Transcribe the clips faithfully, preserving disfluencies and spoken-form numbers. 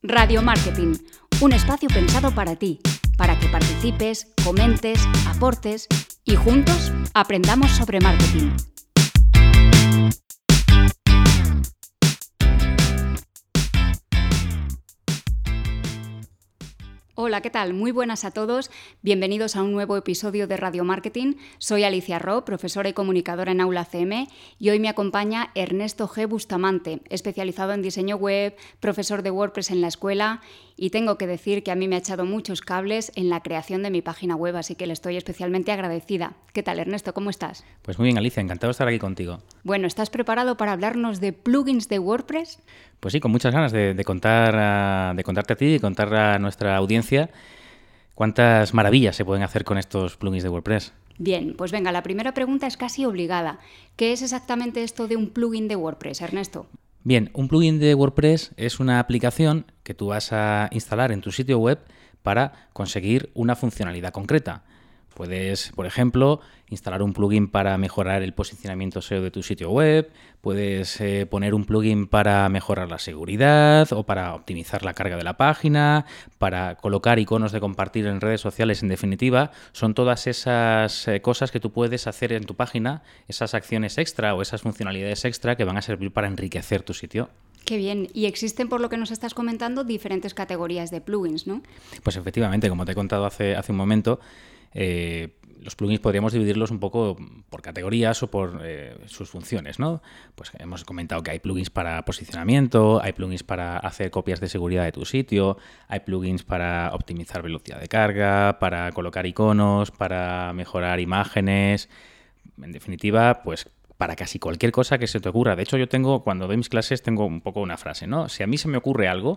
Radio Marketing, un espacio pensado para ti, para que participes, comentes, aportes y juntos aprendamos sobre marketing. Hola, ¿qué tal? Muy buenas a todos. Bienvenidos a un nuevo episodio de Radio Marketing. Soy Alicia Ro, profesora y comunicadora en Aula C M, y hoy me acompaña Ernesto G. Bustamante, especializado en diseño web, profesor de WordPress en la escuela, y tengo que decir que a mí me ha echado muchos cables en la creación de mi página web, así que le estoy especialmente agradecida. ¿Qué tal, Ernesto? ¿Cómo estás? Pues muy bien, Alicia, encantado de estar aquí contigo. Bueno, ¿estás preparado para hablarnos de plugins de WordPress? Pues sí, con muchas ganas de, de, contar, de contarte a ti y contar a nuestra audiencia cuántas maravillas se pueden hacer con estos plugins de WordPress. Bien, pues venga, la primera pregunta es casi obligada. ¿Qué es exactamente esto de un plugin de WordPress, Ernesto? Bien, un plugin de WordPress es una aplicación que tú vas a instalar en tu sitio web para conseguir una funcionalidad concreta. Puedes, por ejemplo, instalar un plugin para mejorar el posicionamiento S E O de tu sitio web, puedes eh, poner un plugin para mejorar la seguridad o para optimizar la carga de la página, para colocar iconos de compartir en redes sociales. En definitiva, son todas esas eh, cosas que tú puedes hacer en tu página, esas acciones extra o esas funcionalidades extra que van a servir para enriquecer tu sitio. Qué bien. Y existen, por lo que nos estás comentando, diferentes categorías de plugins, ¿no? Pues efectivamente, como te he contado hace, hace un momento, Eh, los plugins podríamos dividirlos un poco por categorías o por eh, sus funciones, ¿no? Pues hemos comentado que hay plugins para posicionamiento, hay plugins para hacer copias de seguridad de tu sitio, hay plugins para optimizar velocidad de carga, para colocar iconos, para mejorar imágenes. En definitiva, pues para casi cualquier cosa que se te ocurra. De hecho, yo tengo, cuando doy mis clases, tengo un poco una frase, ¿no? Si a mí se me ocurre algo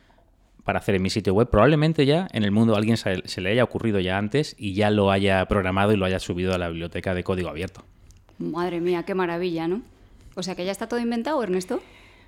para hacer en mi sitio web, probablemente ya en el mundo a alguien se, se le haya ocurrido ya antes y ya lo haya programado y lo haya subido a la biblioteca de código abierto. Madre mía, qué maravilla, ¿no? O sea que ya está todo inventado, Ernesto.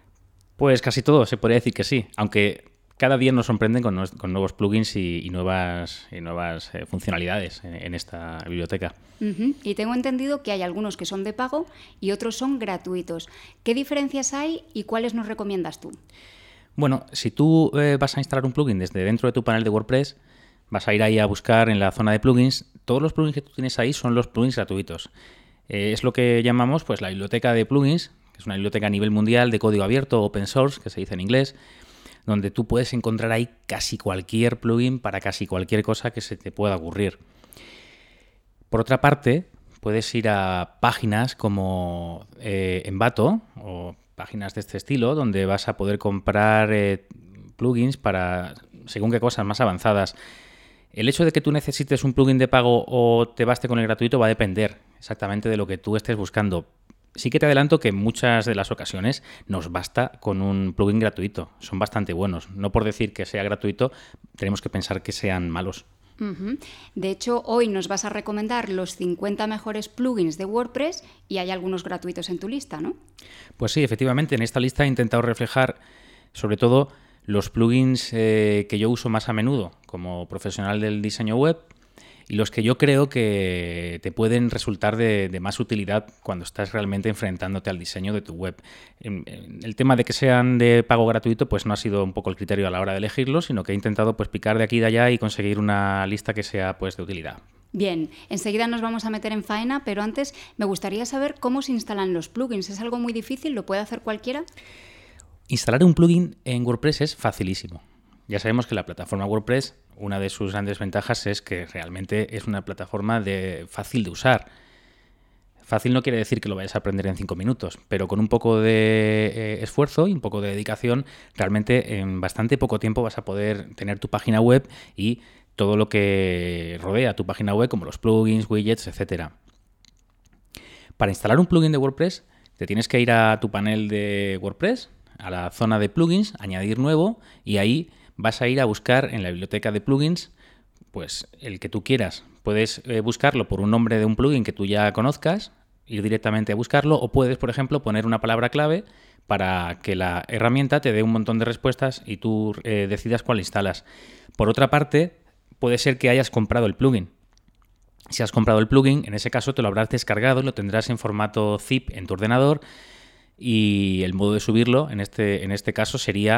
Pues casi todo, se podría decir que sí, aunque cada día nos sorprenden con, con nuevos plugins y, y nuevas, y nuevas eh, funcionalidades en, en esta biblioteca. Uh-huh. Y tengo entendido que hay algunos que son de pago y otros son gratuitos. ¿Qué diferencias hay y cuáles nos recomiendas tú? Bueno, si tú eh, vas a instalar un plugin desde dentro de tu panel de WordPress, vas a ir ahí a buscar en la zona de plugins. Todos los plugins que tú tienes ahí son los plugins gratuitos. Eh, es lo que llamamos pues la biblioteca de plugins, que es una biblioteca a nivel mundial de código abierto, open source, que se dice en inglés, donde tú puedes encontrar ahí casi cualquier plugin para casi cualquier cosa que se te pueda ocurrir. Por otra parte, puedes ir a páginas como eh, Envato o páginas de este estilo, donde vas a poder comprar eh, plugins para según qué cosas más avanzadas. El hecho de que tú necesites un plugin de pago o te baste con el gratuito va a depender exactamente de lo que tú estés buscando. Sí que te adelanto que en muchas de las ocasiones nos basta con un plugin gratuito. Son bastante buenos. No por decir que sea gratuito, tenemos que pensar que sean malos. Uh-huh. De hecho, hoy nos vas a recomendar los cincuenta mejores plugins de WordPress y hay algunos gratuitos en tu lista, ¿no? Pues sí, efectivamente. En esta lista he intentado reflejar sobre todo los plugins eh, que yo uso más a menudo como profesional del diseño web y los que yo creo que te pueden resultar de, de más utilidad cuando estás realmente enfrentándote al diseño de tu web. El tema de que sean de pago gratuito pues no ha sido un poco el criterio a la hora de elegirlos, sino que he intentado pues picar de aquí y de allá y conseguir una lista que sea pues de utilidad. Bien, enseguida nos vamos a meter en faena, pero antes me gustaría saber cómo se instalan los plugins. ¿Es algo muy difícil? ¿Lo puede hacer cualquiera? Instalar un plugin en WordPress es facilísimo. Ya sabemos que la plataforma WordPress, una de sus grandes ventajas es que realmente es una plataforma de fácil de usar. Fácil no quiere decir que lo vayas a aprender en cinco minutos, pero con un poco de eh, esfuerzo y un poco de dedicación, realmente en bastante poco tiempo vas a poder tener tu página web y todo lo que rodea tu página web, como los plugins, widgets, etcétera. Para instalar un plugin de WordPress, te tienes que ir a tu panel de WordPress, a la zona de plugins, añadir nuevo, y ahí vas a ir a buscar en la biblioteca de plugins pues el que tú quieras. Puedes eh, buscarlo por un nombre de un plugin que tú ya conozcas, ir directamente a buscarlo, o puedes, por ejemplo, poner una palabra clave para que la herramienta te dé un montón de respuestas y tú eh, decidas cuál instalas. Por otra parte, puede ser que hayas comprado el plugin. Si has comprado el plugin, en ese caso te lo habrás descargado y lo tendrás en formato zip en tu ordenador, y el modo de subirlo en este, en este caso sería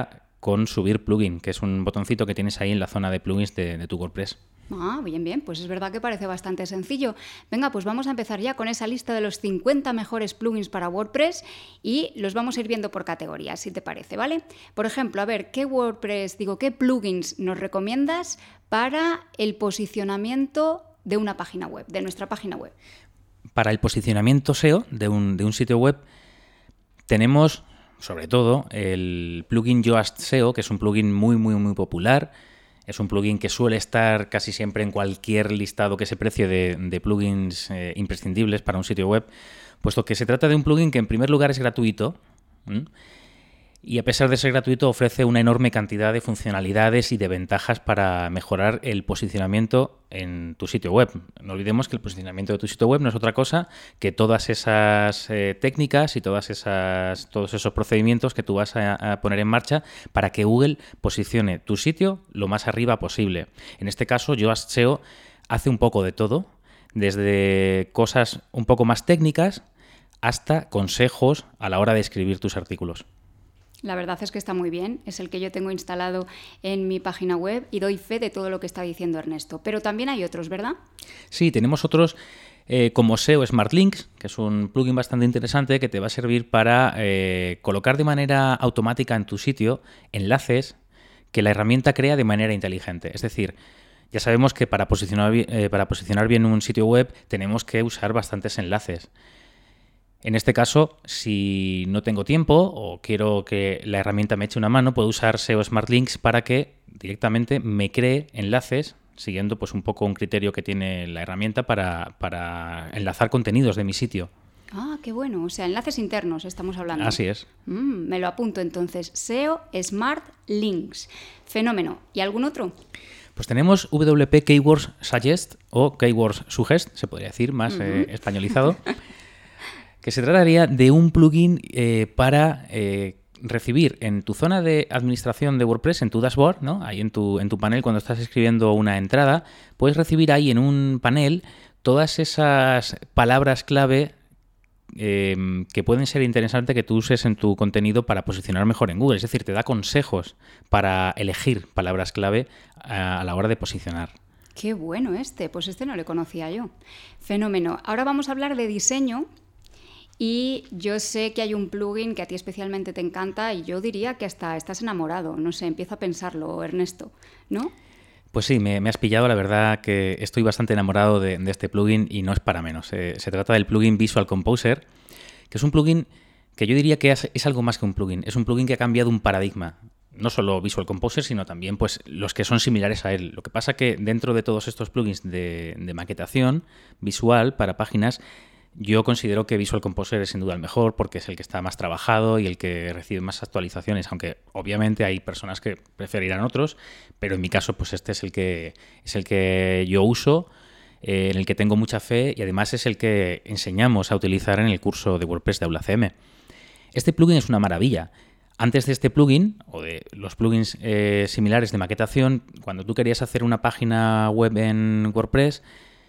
con subir plugin, que es un botoncito que tienes ahí en la zona de plugins de, de tu WordPress. Ah, bien, bien, pues es verdad que parece bastante sencillo. Venga, pues vamos a empezar ya con esa lista de los cincuenta mejores plugins para WordPress y los vamos a ir viendo por categorías, si te parece, ¿vale? Por ejemplo, a ver, ¿qué WordPress, digo, qué plugins nos recomiendas para el posicionamiento de una página web, de nuestra página web? Para el posicionamiento S E O de un, de un sitio web tenemos, sobre todo, el plugin Yoast S E O, que es un plugin muy, muy, muy popular. Es un plugin que suele estar casi siempre en cualquier listado que se precie de, de plugins eh, imprescindibles para un sitio web, puesto que se trata de un plugin que en primer lugar es gratuito, ¿m? Y a pesar de ser gratuito ofrece una enorme cantidad de funcionalidades y de ventajas para mejorar el posicionamiento en tu sitio web. No olvidemos que el posicionamiento de tu sitio web no es otra cosa que todas esas eh, técnicas y todas esas, todos esos procedimientos que tú vas a, a poner en marcha para que Google posicione tu sitio lo más arriba posible. En este caso, Yoast S E O hace un poco de todo, desde cosas un poco más técnicas hasta consejos a la hora de escribir tus artículos. La verdad es que está muy bien, es el que yo tengo instalado en mi página web y doy fe de todo lo que está diciendo Ernesto. Pero también hay otros, ¿verdad? Sí, tenemos otros eh, como S E O Smart Links, que es un plugin bastante interesante que te va a servir para eh, colocar de manera automática en tu sitio enlaces que la herramienta crea de manera inteligente. Es decir, ya sabemos que para posicionar, eh, para posicionar bien un sitio web tenemos que usar bastantes enlaces. En este caso, si no tengo tiempo o quiero que la herramienta me eche una mano, puedo usar S E O Smart Links para que directamente me cree enlaces siguiendo pues un poco un criterio que tiene la herramienta para, para enlazar contenidos de mi sitio. Ah, qué bueno. O sea, enlaces internos estamos hablando. Así es. Mm, me lo apunto entonces. S E O Smart Links. Fenómeno. ¿Y algún otro? Pues tenemos W P Keywords Suggest o Keywords Suggest, se podría decir, más uh-huh. eh, españolizado. Que se trataría de un plugin eh, para eh, recibir en tu zona de administración de WordPress, en tu dashboard, ¿no? Ahí en tu, en tu panel, cuando estás escribiendo una entrada, puedes recibir ahí en un panel todas esas palabras clave eh, que pueden ser interesantes que tú uses en tu contenido para posicionar mejor en Google. Es decir, te da consejos para elegir palabras clave a, a la hora de posicionar. Qué bueno este, pues este no le conocía yo. Fenómeno. Ahora vamos a hablar de diseño. Y yo sé que hay un plugin que a ti especialmente te encanta y yo diría que hasta estás enamorado. No sé, empiezo a pensarlo, Ernesto, ¿no? Pues sí, me, me has pillado. La verdad que estoy bastante enamorado de, de este plugin y no es para menos. Eh, se trata del plugin Visual Composer, que es un plugin que yo diría que es, es algo más que un plugin. Es un plugin que ha cambiado un paradigma. No solo Visual Composer, sino también pues, los que son similares a él. Lo que pasa que dentro de todos estos plugins de, de maquetación visual para páginas, yo considero que Visual Composer es sin duda el mejor porque es el que está más trabajado y el que recibe más actualizaciones, aunque obviamente hay personas que preferirán otros, pero en mi caso pues este es el que, es el que yo uso, eh, en el que tengo mucha fe y además es el que enseñamos a utilizar en el curso de WordPress de Aula C M. Este plugin es una maravilla. Antes de este plugin, o de los plugins eh, similares de maquetación, cuando tú querías hacer una página web en WordPress,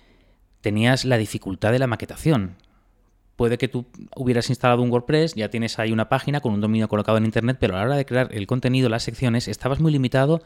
tenías la dificultad de la maquetación. Puede que tú hubieras instalado un WordPress, ya tienes ahí una página con un dominio colocado en Internet, pero a la hora de crear el contenido, las secciones, estabas muy limitado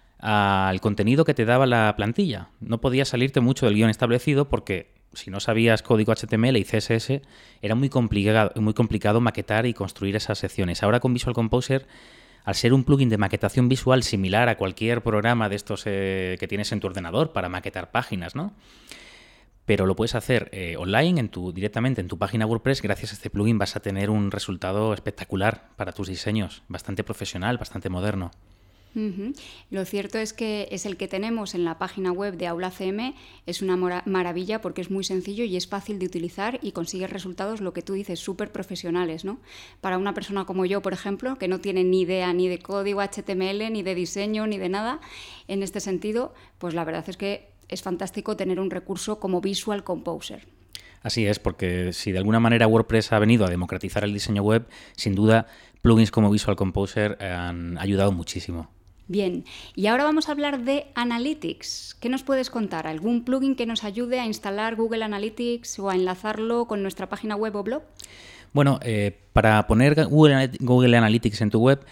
al contenido que te daba la plantilla. No podías salirte mucho del guión establecido porque si no sabías código H T M L y C S S, era muy complicado, muy complicado maquetar y construir esas secciones. Ahora con Visual Composer, al ser un plugin de maquetación visual similar a cualquier programa de estos eh, que tienes en tu ordenador para maquetar páginas, ¿no? Pero lo puedes hacer eh, online, en tu, directamente en tu página WordPress. Gracias a este plugin vas a tener un resultado espectacular para tus diseños, bastante profesional, bastante moderno. Uh-huh. Lo cierto es que es el que tenemos en la página web de Aula C M, es una mora- maravilla porque es muy sencillo y es fácil de utilizar y consigues resultados, lo que tú dices, súper profesionales, ¿no? Para una persona como yo, por ejemplo, que no tiene ni idea ni de código H T M L, ni de diseño, ni de nada, en este sentido, pues la verdad es que es fantástico tener un recurso como Visual Composer. Así es, porque si de alguna manera WordPress ha venido a democratizar el diseño web, sin duda plugins como Visual Composer han ayudado muchísimo. Bien, y ahora vamos a hablar de Analytics. ¿Qué nos puedes contar? ¿Algún plugin que nos ayude a instalar Google Analytics o a enlazarlo con nuestra página web o blog? Bueno, eh, para poner Google, Google Analytics en tu web,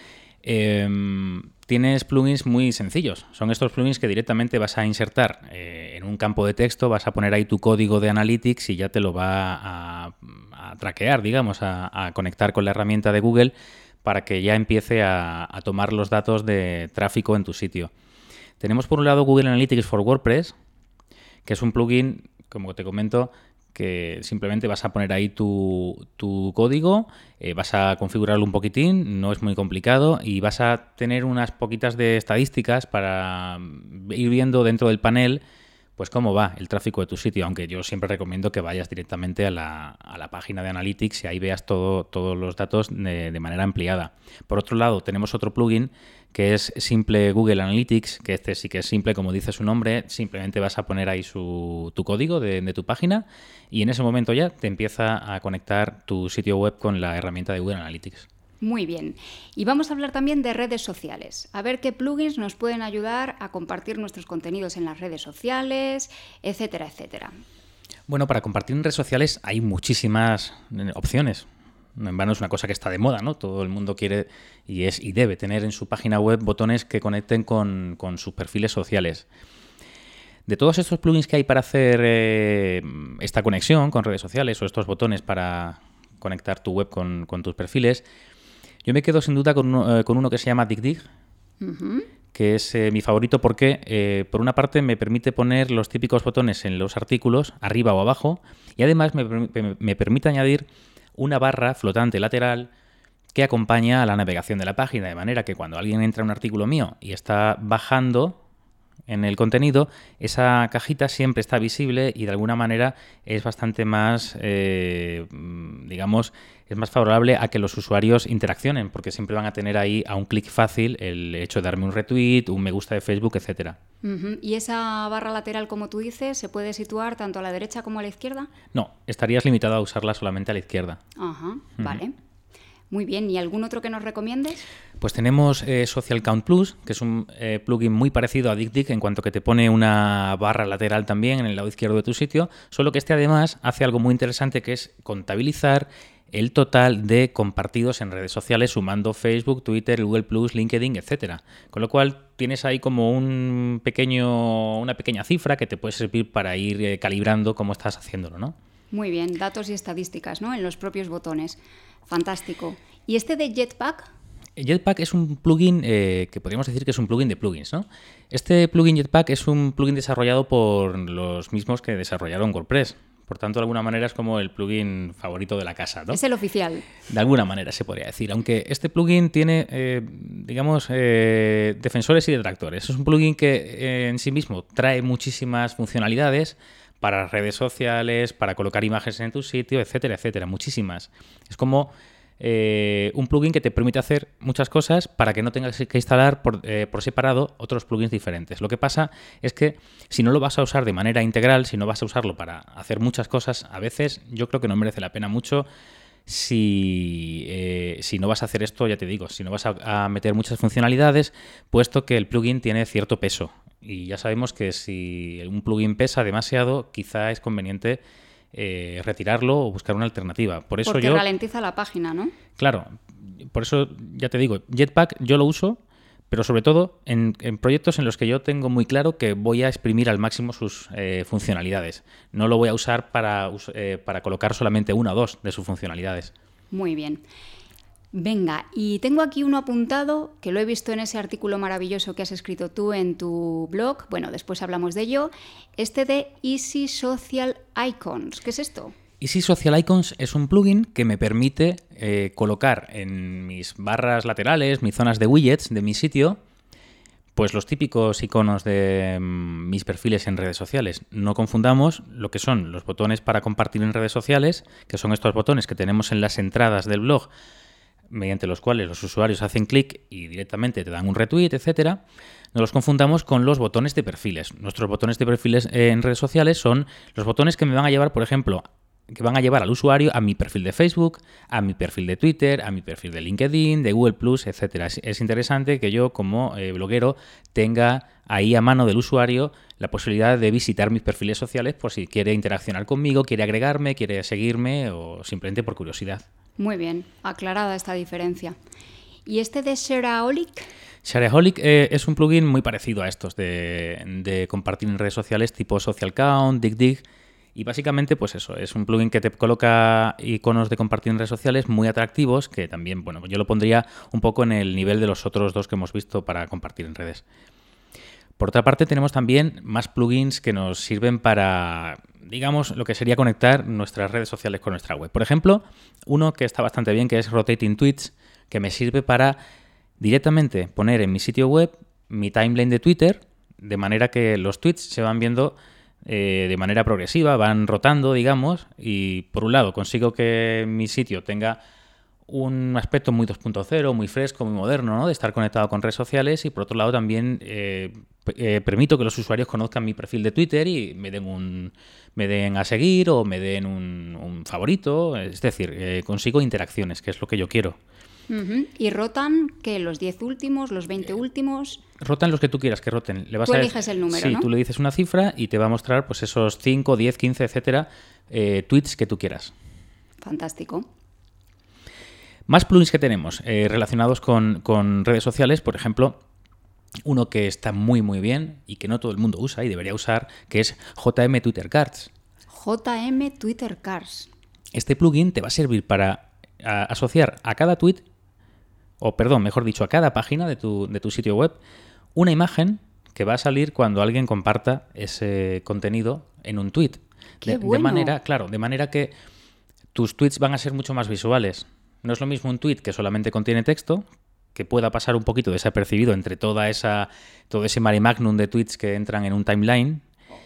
Eh, tienes plugins muy sencillos. Son estos plugins que directamente vas a insertar eh, en un campo de texto, vas a poner ahí tu código de Analytics y ya te lo va a, a traquear, digamos, a, a conectar con la herramienta de Google para que ya empiece a, a tomar los datos de tráfico en tu sitio. Tenemos por un lado Google Analytics for WordPress, que es un plugin, como te comento, que simplemente vas a poner ahí tu, tu código, eh, vas a configurarlo un poquitín, no es muy complicado, y vas a tener unas poquitas de estadísticas para ir viendo dentro del panel pues cómo va el tráfico de tu sitio, aunque yo siempre recomiendo que vayas directamente a la, a la página de Analytics y ahí veas todo, todos los datos de, de manera ampliada. Por otro lado, tenemos otro plugin que es simple Google Analytics, que este sí que es simple, como dice su nombre, simplemente vas a poner ahí su, tu código de, de tu página y en ese momento ya te empieza a conectar tu sitio web con la herramienta de Google Analytics. Muy bien. Y vamos a hablar también de redes sociales. A ver qué plugins nos pueden ayudar a compartir nuestros contenidos en las redes sociales, etcétera, etcétera. Bueno, para compartir en redes sociales hay muchísimas opciones. En vano es una cosa que está de moda, ¿no? Todo el mundo quiere y es y debe tener en su página web botones que conecten con, con sus perfiles sociales. De todos estos plugins que hay para hacer eh, esta conexión con redes sociales o estos botones para conectar tu web con, con tus perfiles, yo me quedo sin duda con uno, eh, con uno que se llama DigDig, uh-huh. que es eh, mi favorito porque, eh, por una parte, me permite poner los típicos botones en los artículos, arriba o abajo, y además me, me, me permite añadir una barra flotante lateral que acompaña a la navegación de la página, de manera que cuando alguien entra a un artículo mío y está bajando en el contenido, esa cajita siempre está visible y de alguna manera es bastante más, eh, digamos, es más favorable a que los usuarios interaccionen, porque siempre van a tener ahí a un clic fácil el hecho de darme un retweet, un me gusta de Facebook, etcétera. Uh-huh. ¿Y esa barra lateral, como tú dices, se puede situar tanto a la derecha como a la izquierda? No, estarías limitado a usarla solamente a la izquierda. Ajá, uh-huh. Vale. Muy bien, ¿y algún otro que nos recomiendes? Pues tenemos eh, Social Count Plus, que es un eh, plugin muy parecido a DigDig en cuanto que te pone una barra lateral también en el lado izquierdo de tu sitio, solo que este además hace algo muy interesante que es contabilizar el total de compartidos en redes sociales sumando Facebook, Twitter, Google plus, LinkedIn, etcétera. Con lo cual tienes ahí como un pequeño, una pequeña cifra que te puede servir para ir eh, calibrando cómo estás haciéndolo, ¿no? Muy bien, datos y estadísticas, ¿no? En los propios botones. Fantástico. ¿Y este de Jetpack? Jetpack es un plugin eh, que podríamos decir que es un plugin de plugins, ¿no? Este plugin Jetpack es un plugin desarrollado por los mismos que desarrollaron WordPress. Por tanto, de alguna manera es como el plugin favorito de la casa, ¿no? Es el oficial. De alguna manera se podría decir. Aunque este plugin tiene, eh, digamos, eh, defensores y detractores. Es un plugin que eh, en sí mismo trae muchísimas funcionalidades para redes sociales, para colocar imágenes en tu sitio, etcétera, etcétera. Muchísimas. Es como eh, un plugin que te permite hacer muchas cosas para que no tengas que instalar por, eh, por separado otros plugins diferentes. Lo que pasa es que si no lo vas a usar de manera integral, si no vas a usarlo para hacer muchas cosas, a veces yo creo que no merece la pena mucho si, eh, si no vas a hacer esto, ya te digo, si no vas a, a meter muchas funcionalidades, puesto que el plugin tiene cierto peso. Y ya sabemos que si un plugin pesa demasiado, quizá es conveniente eh, retirarlo o buscar una alternativa. Por eso Porque yo, ralentiza la página, ¿no? Claro, por eso ya te digo, Jetpack yo lo uso, pero sobre todo en, en proyectos en los que yo tengo muy claro que voy a exprimir al máximo sus eh, funcionalidades. No lo voy a usar para, eh, para colocar solamente una o dos de sus funcionalidades. Muy bien. Venga, y tengo aquí uno apuntado que lo he visto en ese artículo maravilloso que has escrito tú en tu blog. Bueno, después hablamos de ello. Este de Easy Social Icons. ¿Qué es esto? Easy Social Icons es un plugin que me permite eh, colocar en mis barras laterales, mis zonas de widgets de mi sitio, pues los típicos iconos de mm, mis perfiles en redes sociales. No confundamos lo que son los botones para compartir en redes sociales, que son estos botones que tenemos en las entradas del blog, mediante los cuales los usuarios hacen clic y directamente te dan un retweet, etcétera. No los confundamos con los botones de perfiles. Nuestros botones de perfiles en redes sociales son los botones que me van a llevar, por ejemplo, que van a llevar al usuario a mi perfil de Facebook, a mi perfil de Twitter, a mi perfil de LinkedIn, de Google plus, etcétera. Es, es interesante que yo, como eh, bloguero, tenga ahí a mano del usuario la posibilidad de visitar mis perfiles sociales por si quiere interaccionar conmigo, quiere agregarme, quiere seguirme o simplemente por curiosidad. Muy bien, aclarada esta diferencia. ¿Y este de Shareaholic? Shareaholic eh, es un plugin muy parecido a estos de, de compartir en redes sociales tipo Social Count, DigDig. Y básicamente, pues eso, es un plugin que te coloca iconos de compartir en redes sociales muy atractivos, que también, bueno, yo lo pondría un poco en el nivel de los otros dos que hemos visto para compartir en redes. Por otra parte, tenemos también más plugins que nos sirven para, digamos, lo que sería conectar nuestras redes sociales con nuestra web. Por ejemplo, uno que está bastante bien, que es Rotating Tweets, que me sirve para directamente poner en mi sitio web mi timeline de Twitter, de manera que los tweets se van viendo Eh, de manera progresiva, van rotando, digamos, y por un lado consigo que mi sitio tenga un aspecto muy dos punto cero, muy fresco, muy moderno, ¿no? De estar conectado con redes sociales, y por otro lado también eh, eh, permito que los usuarios conozcan mi perfil de Twitter y me den un me den a seguir o me den un, un favorito, es decir, eh, consigo interacciones, que es lo que yo quiero. Uh-huh. ¿Y rotan que los diez últimos, los veinte últimos? Rotan los que tú quieras que roten. Le vas tú a eliges el número, sí, ¿no? Tú le dices una cifra y te va a mostrar pues esos cinco, diez, quince, etcétera, eh, tweets que tú quieras. Fantástico. Más plugins que tenemos eh, relacionados con, con redes sociales, por ejemplo, uno que está muy muy bien y que no todo el mundo usa y debería usar, que es J M Twitter Cards. J M Twitter Cards. Este plugin te va a servir para a, asociar a cada tweet, o perdón, mejor dicho, a cada página de tu, de tu sitio web, una imagen que va a salir cuando alguien comparta ese contenido en un tweet. ¡Qué de, bueno! de manera, claro, de manera que tus tweets van a ser mucho más visuales. No es lo mismo un tweet que solamente contiene texto, que pueda pasar un poquito desapercibido entre toda esa, todo ese mare magnum de tweets que entran en un timeline.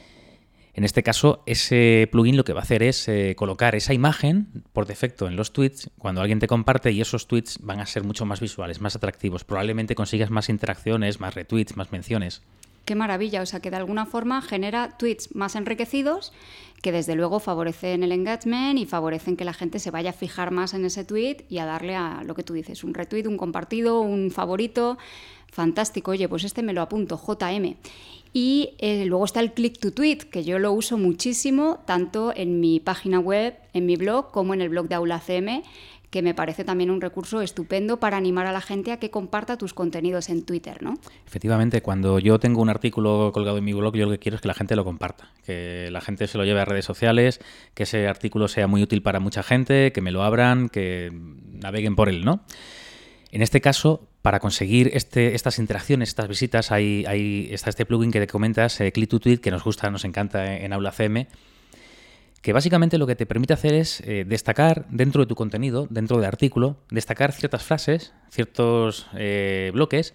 En este caso, ese plugin lo que va a hacer es eh, colocar esa imagen por defecto en los tweets cuando alguien te comparte, y esos tweets van a ser mucho más visuales, más atractivos. Probablemente consigas más interacciones, más retweets, más menciones. Qué maravilla, o sea que de alguna forma genera tweets más enriquecidos que desde luego favorecen el engagement y favorecen que la gente se vaya a fijar más en ese tweet y a darle a lo que tú dices, un retweet, un compartido, un favorito. Fantástico, oye, pues este me lo apunto, J M. Y eh, luego está el click to tweet, que yo lo uso muchísimo, tanto en mi página web, en mi blog, como en el blog de Aula C M, que me parece también un recurso estupendo para animar a la gente a que comparta tus contenidos en Twitter, ¿no? Efectivamente, cuando yo tengo un artículo colgado en mi blog, yo lo que quiero es que la gente lo comparta, que la gente se lo lleve a redes sociales, que ese artículo sea muy útil para mucha gente, que me lo abran, que naveguen por él, ¿no? En este caso, para conseguir este, estas interacciones, estas visitas, hay, hay, está este plugin que te comentas, eh, Click to Tweet, que nos gusta, nos encanta en, en Aula C M, que básicamente lo que te permite hacer es eh, destacar dentro de tu contenido, dentro del artículo, destacar ciertas frases, ciertos eh, bloques,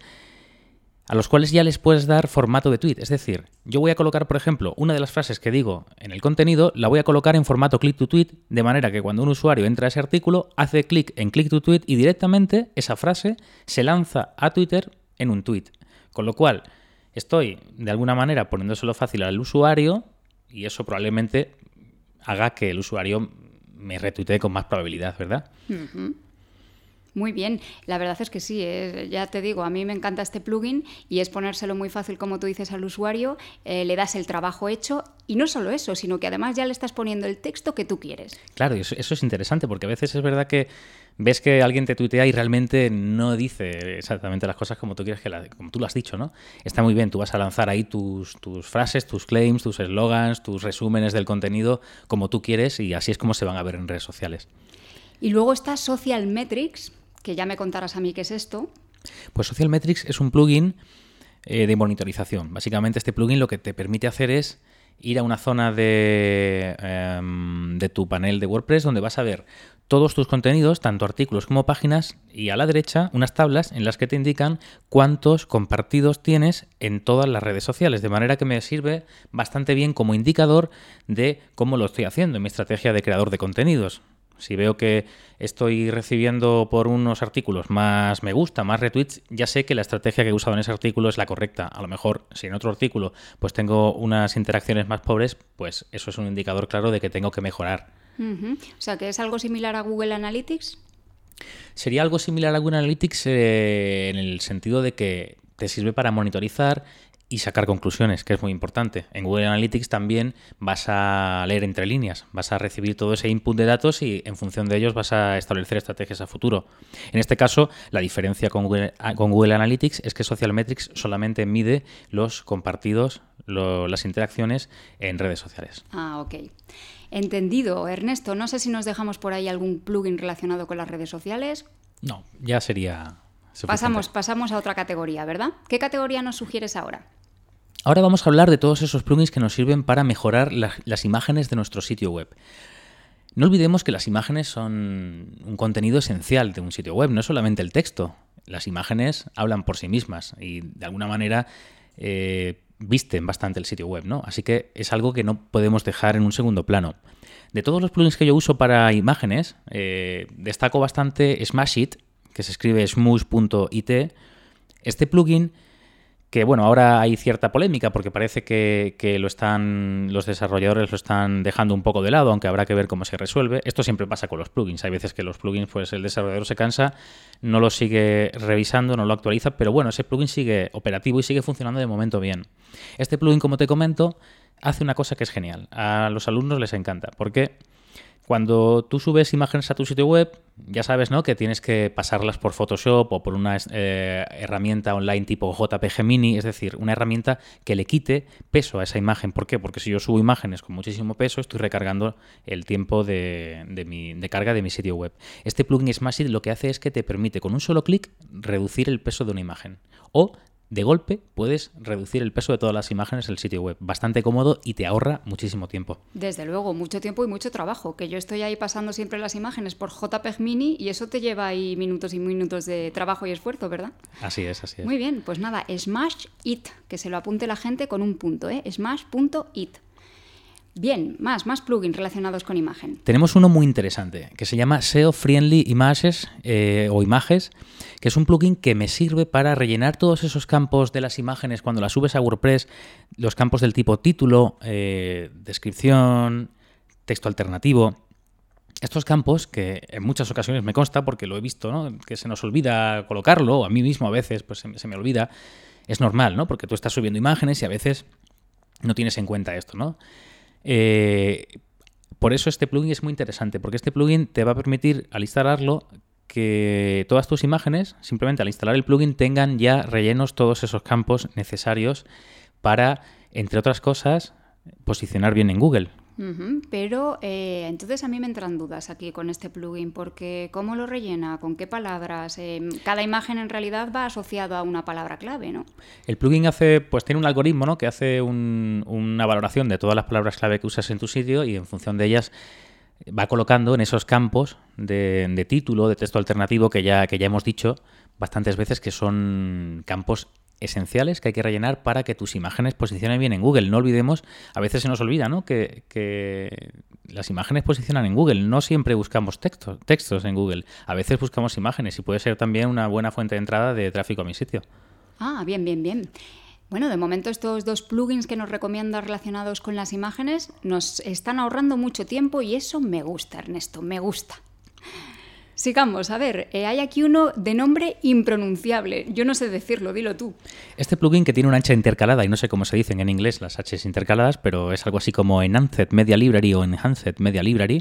a los cuales ya les puedes dar formato de tweet. Es decir, yo voy a colocar, por ejemplo, una de las frases que digo en el contenido, la voy a colocar en formato click to tweet, de manera que cuando un usuario entra a ese artículo, hace clic en click to tweet y directamente esa frase se lanza a Twitter en un tweet. Con lo cual, estoy de alguna manera poniéndoselo fácil al usuario, y eso probablemente haga que el usuario me retuitee con más probabilidad, ¿verdad? Uh-huh. Muy bien, la verdad es que sí, eh, ya te digo, a mí me encanta este plugin y es ponérselo muy fácil, como tú dices, al usuario, eh, le das el trabajo hecho y no solo eso, sino que además ya le estás poniendo el texto que tú quieres. Claro, eso, eso es interesante, porque a veces es verdad que ves que alguien te tuitea y realmente no dice exactamente las cosas como tú quieres que la, como tú lo has dicho, ¿no? Está muy bien, tú vas a lanzar ahí tus, tus frases, tus claims, tus eslogans, tus resúmenes del contenido como tú quieres, y así es como se van a ver en redes sociales. Y luego está Social Metrics, que ya me contarás a mí qué es esto. Pues Social Metrics es un plugin eh, de monitorización. Básicamente este plugin lo que te permite hacer es ir a una zona de, eh, de tu panel de WordPress donde vas a ver todos tus contenidos, tanto artículos como páginas, y a la derecha unas tablas en las que te indican cuántos compartidos tienes en todas las redes sociales, de manera que me sirve bastante bien como indicador de cómo lo estoy haciendo en mi estrategia de creador de contenidos. Si veo que estoy recibiendo por unos artículos más me gusta, más retweets, ya sé que la estrategia que he usado en ese artículo es la correcta. A lo mejor, si en otro artículo pues tengo unas interacciones más pobres, pues eso es un indicador claro de que tengo que mejorar. Uh-huh. O sea, que es algo similar a Google Analytics. Sería algo similar a Google Analytics eh, en el sentido de que te sirve para monitorizar y sacar conclusiones, que es muy importante. En Google Analytics también vas a leer entre líneas, vas a recibir todo ese input de datos y en función de ellos vas a establecer estrategias a futuro. En este caso, la diferencia con Google, con Google Analytics es que Social Metrics solamente mide los compartidos, lo, las interacciones en redes sociales. Ah, ok. Entendido, Ernesto. No sé si nos dejamos por ahí algún plugin relacionado con las redes sociales. No, ya sería suficiente. Pasamos, pasamos a otra categoría, ¿verdad? ¿Qué categoría nos sugieres ahora? Ahora vamos a hablar de todos esos plugins que nos sirven para mejorar la, las imágenes de nuestro sitio web. No olvidemos que las imágenes son un contenido esencial de un sitio web, no solamente el texto. Las imágenes hablan por sí mismas y de alguna manera eh, visten bastante el sitio web, ¿no? Así que es algo que no podemos dejar en un segundo plano. De todos los plugins que yo uso para imágenes, eh, destaco bastante Smashit, que se escribe smoosh punto it. Este plugin, que bueno, ahora hay cierta polémica porque parece que, que lo están, los desarrolladores lo están dejando un poco de lado, aunque habrá que ver cómo se resuelve. Esto siempre pasa con los plugins. Hay veces que los plugins, pues el desarrollador se cansa, no lo sigue revisando, no lo actualiza, pero bueno, ese plugin sigue operativo y sigue funcionando de momento bien. Este plugin, como te comento, hace una cosa que es genial. A los alumnos les encanta, porque cuando tú subes imágenes a tu sitio web, ya sabes, ¿no?, que tienes que pasarlas por Photoshop o por una eh, herramienta online tipo J P G Mini, es decir, una herramienta que le quite peso a esa imagen. ¿Por qué? Porque si yo subo imágenes con muchísimo peso, estoy recargando el tiempo de, de, mi, de carga de mi sitio web. Este plugin Smashit lo que hace es que te permite con un solo clic reducir el peso de una imagen. O de golpe puedes reducir el peso de todas las imágenes del sitio web. Bastante cómodo y te ahorra muchísimo tiempo. Desde luego, mucho tiempo y mucho trabajo, que yo estoy ahí pasando siempre las imágenes por J P G Mini y eso te lleva ahí minutos y minutos de trabajo y esfuerzo, ¿verdad? Así es, así es. Muy bien, pues nada, Smashit, que se lo apunte la gente con un punto, ¿eh? smash punto it. Bien, más, más plugins relacionados con imagen. Tenemos uno muy interesante que se llama S E O Friendly Images eh, o Images, que es un plugin que me sirve para rellenar todos esos campos de las imágenes cuando las subes a WordPress, los campos del tipo título, eh, descripción, texto alternativo. Estos campos, que en muchas ocasiones me consta porque lo he visto, ¿no?, que se nos olvida colocarlo, o a mí mismo a veces pues se me, se me olvida, es normal, ¿no?, porque tú estás subiendo imágenes y a veces no tienes en cuenta esto, ¿no? Eh, por eso este plugin es muy interesante, porque este plugin te va a permitir, al instalarlo, que todas tus imágenes, simplemente al instalar el plugin, tengan ya rellenos todos esos campos necesarios para, entre otras cosas, posicionar bien en Google. Uh-huh, pero eh, entonces a mí me entran dudas aquí con este plugin, porque ¿cómo lo rellena? ¿Con qué palabras? Eh, cada imagen en realidad va asociado a una palabra clave, ¿no? El plugin hace, pues tiene un algoritmo, ¿no?, que hace un, una valoración de todas las palabras clave que usas en tu sitio y en función de ellas va colocando en esos campos de, de título, de texto alternativo, que ya, que ya hemos dicho bastantes veces que son campos esenciales que hay que rellenar para que tus imágenes posicionen bien en Google. No olvidemos, a veces se nos olvida, ¿no?, que, que las imágenes posicionan en Google. No siempre buscamos textos, textos en Google. A veces buscamos imágenes y puede ser también una buena fuente de entrada de tráfico a mi sitio. Ah, bien, bien, bien. Bueno, de momento estos dos plugins que nos recomiendas relacionados con las imágenes nos están ahorrando mucho tiempo y eso me gusta, Ernesto, me gusta. Sigamos, a ver, eh, hay aquí uno de nombre impronunciable. Yo no sé decirlo, dilo tú. Este plugin que tiene una H intercalada, y no sé cómo se dicen en inglés las H's intercaladas, pero es algo así como Enhanced Media Library o Enhanced Media Library.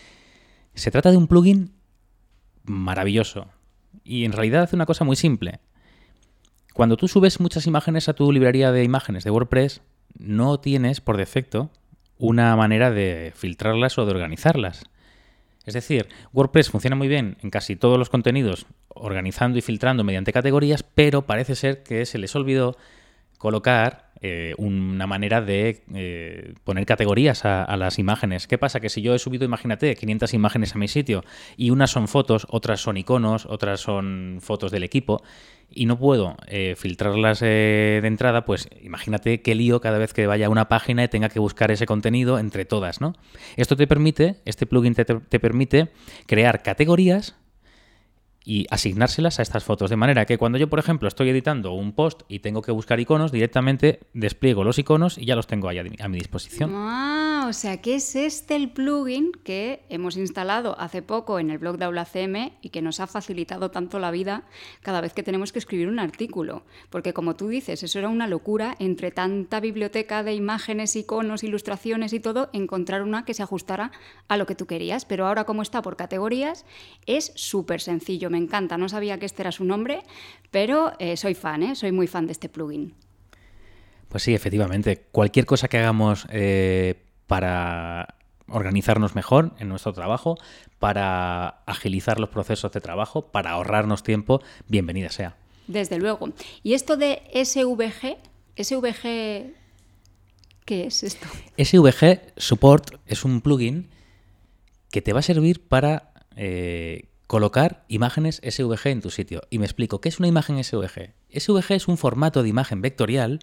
Se trata de un plugin maravilloso y en realidad hace una cosa muy simple. Cuando tú subes muchas imágenes a tu librería de imágenes de WordPress, no tienes por defecto una manera de filtrarlas o de organizarlas. Es decir, WordPress funciona muy bien en casi todos los contenidos, organizando y filtrando mediante categorías, pero parece ser que se les olvidó colocar eh, una manera de eh, poner categorías a, a las imágenes. ¿Qué pasa? Que si yo he subido, imagínate, quinientas imágenes a mi sitio y unas son fotos, otras son iconos, otras son fotos del equipo y no puedo eh, filtrarlas eh, de entrada, pues imagínate qué lío cada vez que vaya a una página y tenga que buscar ese contenido entre todas, ¿no? Esto te permite, este plugin te, te permite crear categorías y asignárselas a estas fotos. De manera que cuando yo, por ejemplo, estoy editando un post y tengo que buscar iconos, directamente despliego los iconos y ya los tengo ahí a mi disposición. Ah, o sea que es este el plugin que hemos instalado hace poco en el blog de Aula C M y que nos ha facilitado tanto la vida cada vez que tenemos que escribir un artículo. Porque como tú dices, eso era una locura, entre tanta biblioteca de imágenes, iconos, ilustraciones y todo, encontrar una que se ajustara a lo que tú querías. Pero ahora, como está por categorías, es súper sencillo. Me encanta, no sabía que este era su nombre, pero eh, soy fan, ¿eh? Soy muy fan de este plugin. Pues sí, efectivamente. Cualquier cosa que hagamos eh, para organizarnos mejor en nuestro trabajo, para agilizar los procesos de trabajo, para ahorrarnos tiempo, bienvenida sea. Desde luego. ¿Y esto de S V G? ¿S V G qué es esto? S V G Support es un plugin que te va a servir para eh, colocar imágenes S V G en tu sitio. Y me explico, ¿qué es una imagen S V G? S V G es un formato de imagen vectorial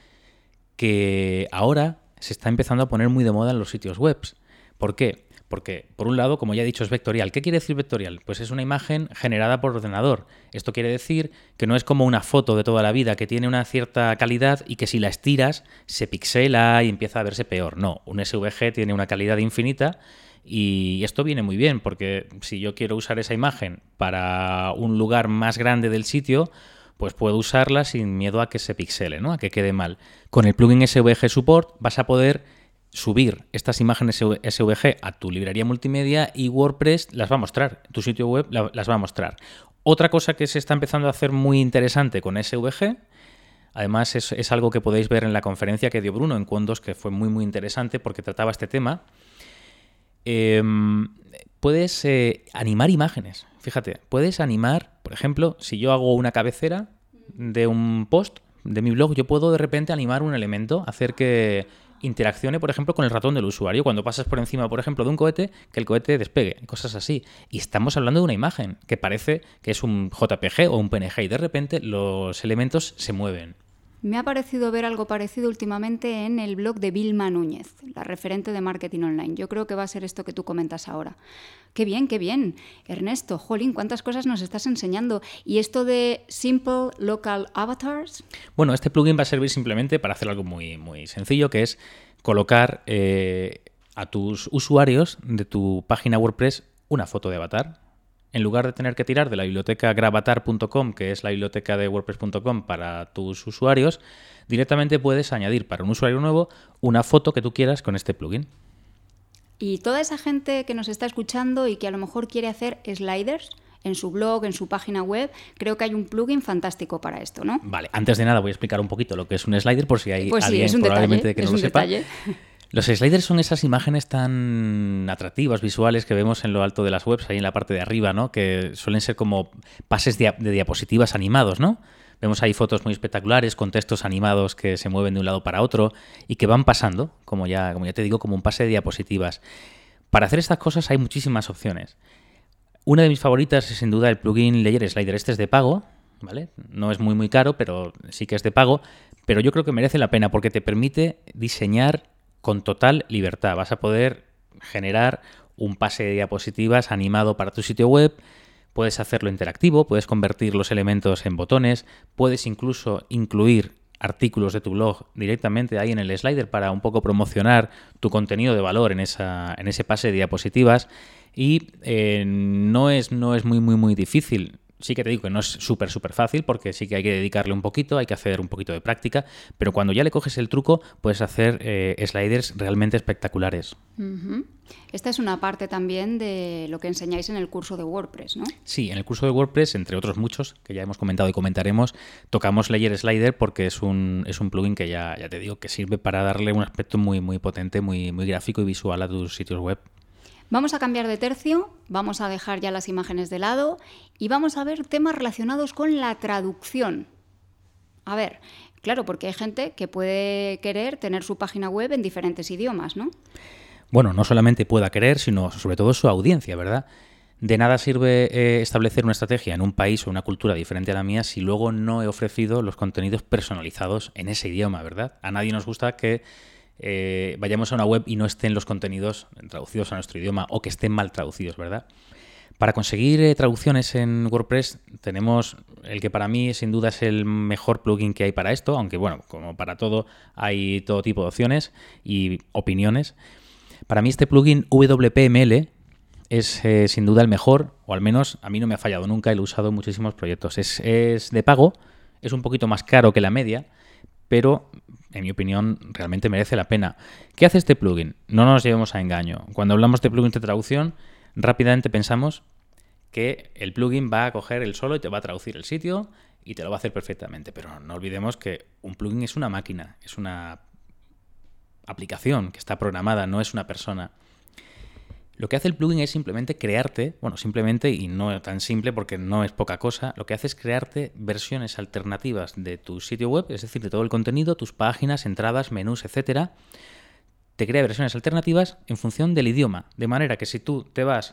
que ahora se está empezando a poner muy de moda en los sitios web. ¿Por qué? Porque, por un lado, como ya he dicho, es vectorial. ¿Qué quiere decir vectorial? Pues es una imagen generada por ordenador. Esto quiere decir que no es como una foto de toda la vida, que tiene una cierta calidad y que si la estiras se pixela y empieza a verse peor. No, un S V G tiene una calidad infinita. Y esto viene muy bien, porque si yo quiero usar esa imagen para un lugar más grande del sitio, pues puedo usarla sin miedo a que se pixele, ¿no? A que quede mal. Con el plugin S V G Support vas a poder subir estas imágenes S V G a tu librería multimedia y WordPress las va a mostrar, tu sitio web las va a mostrar. Otra cosa que se está empezando a hacer muy interesante con S V G, además es, es algo que podéis ver en la conferencia que dio Bruno en Condos, que fue muy muy interesante porque trataba este tema. Eh, puedes eh, animar imágenes. Fíjate, puedes animar, por ejemplo, si yo hago una cabecera de un post de mi blog, yo puedo de repente animar un elemento, hacer que interaccione, por ejemplo, con el ratón del usuario. Cuando pasas por encima, por ejemplo, de un cohete, que el cohete despegue, cosas así. Y estamos hablando de una imagen que parece que es un J P G o un P N G y de repente los elementos se mueven. Me ha parecido ver algo parecido últimamente en el blog de Vilma Núñez, la referente de marketing online. Yo creo que va a ser esto que tú comentas ahora. ¡Qué bien, qué bien! Ernesto, jolín, cuántas cosas nos estás enseñando. ¿Y esto de Simple Local Avatars? Bueno, este plugin va a servir simplemente para hacer algo muy, muy sencillo, que es colocar eh, a tus usuarios de tu página WordPress una foto de avatar. En lugar de tener que tirar de la biblioteca gravatar punto com, que es la biblioteca de WordPress punto com para tus usuarios, directamente puedes añadir para un usuario nuevo una foto que tú quieras con este plugin. Y toda esa gente que nos está escuchando y que a lo mejor quiere hacer sliders en su blog, en su página web, creo que hay un plugin fantástico para esto, ¿no? Vale, antes de nada voy a explicar un poquito lo que es un slider por si hay pues sí, alguien es un probablemente detalle, que no es lo un sepa. Detalle. Los sliders son esas imágenes tan atractivas, visuales, que vemos en lo alto de las webs, ahí en la parte de arriba, ¿no? Que suelen ser como pases de, de diapositivas animados, ¿no? Vemos ahí fotos muy espectaculares con textos animados que se mueven de un lado para otro y que van pasando, como ya, como ya te digo, como un pase de diapositivas. Para hacer estas cosas hay muchísimas opciones. Una de mis favoritas es sin duda el plugin Layer Slider. Este es de pago, ¿vale? No es muy muy caro, pero sí que es de pago. Pero yo creo que merece la pena porque te permite diseñar con total libertad. Vas a poder generar un pase de diapositivas animado para tu sitio web. Puedes hacerlo interactivo, puedes convertir los elementos en botones, puedes incluso incluir artículos de tu blog directamente ahí en el slider para un poco promocionar tu contenido de valor en, esa, en ese pase de diapositivas. Y eh, no es, no es muy, muy, muy difícil. Sí que te digo que no es súper, súper fácil porque sí que hay que dedicarle un poquito, hay que hacer un poquito de práctica, pero cuando ya le coges el truco puedes hacer eh, sliders realmente espectaculares. Uh-huh. Esta es una parte también de lo que enseñáis en el curso de WordPress, ¿no? Sí, en el curso de WordPress, entre otros muchos que ya hemos comentado y comentaremos, tocamos Layer Slider porque es un, es un plugin que ya, ya te digo que sirve para darle un aspecto muy, muy potente, muy, muy gráfico y visual a tus sitios web. Vamos a cambiar de tercio, vamos a dejar ya las imágenes de lado y vamos a ver temas relacionados con la traducción. A ver, claro, porque hay gente que puede querer tener su página web en diferentes idiomas, ¿no? Bueno, no solamente pueda querer, sino sobre todo su audiencia, ¿verdad? De nada sirve eh, establecer una estrategia en un país o una cultura diferente a la mía si luego no he ofrecido los contenidos personalizados en ese idioma, ¿verdad? A nadie nos gusta que Eh, vayamos a una web y no estén los contenidos traducidos a nuestro idioma o que estén mal traducidos, ¿verdad? Para conseguir eh, traducciones en WordPress tenemos el que para mí sin duda es el mejor plugin que hay para esto, aunque bueno, como para todo hay todo tipo de opciones y opiniones. Para mí este plugin W P M L es eh, sin duda el mejor, o al menos a mí no me ha fallado nunca, lo he usado en muchísimos proyectos. Es, es de pago, es un poquito más caro que la media, pero en mi opinión realmente merece la pena. ¿Qué hace este plugin? No nos llevemos a engaño. Cuando hablamos de plugins de traducción, rápidamente pensamos que el plugin va a coger el solo y te va a traducir el sitio y te lo va a hacer perfectamente. Pero no olvidemos que un plugin es una máquina, es una aplicación que está programada, no es una persona. Lo que hace el plugin es simplemente crearte, bueno, simplemente y no tan simple porque no es poca cosa, lo que hace es crearte versiones alternativas de tu sitio web, es decir, de todo el contenido, tus páginas, entradas, menús, etcétera. Te crea versiones alternativas en función del idioma, de manera que si tú te vas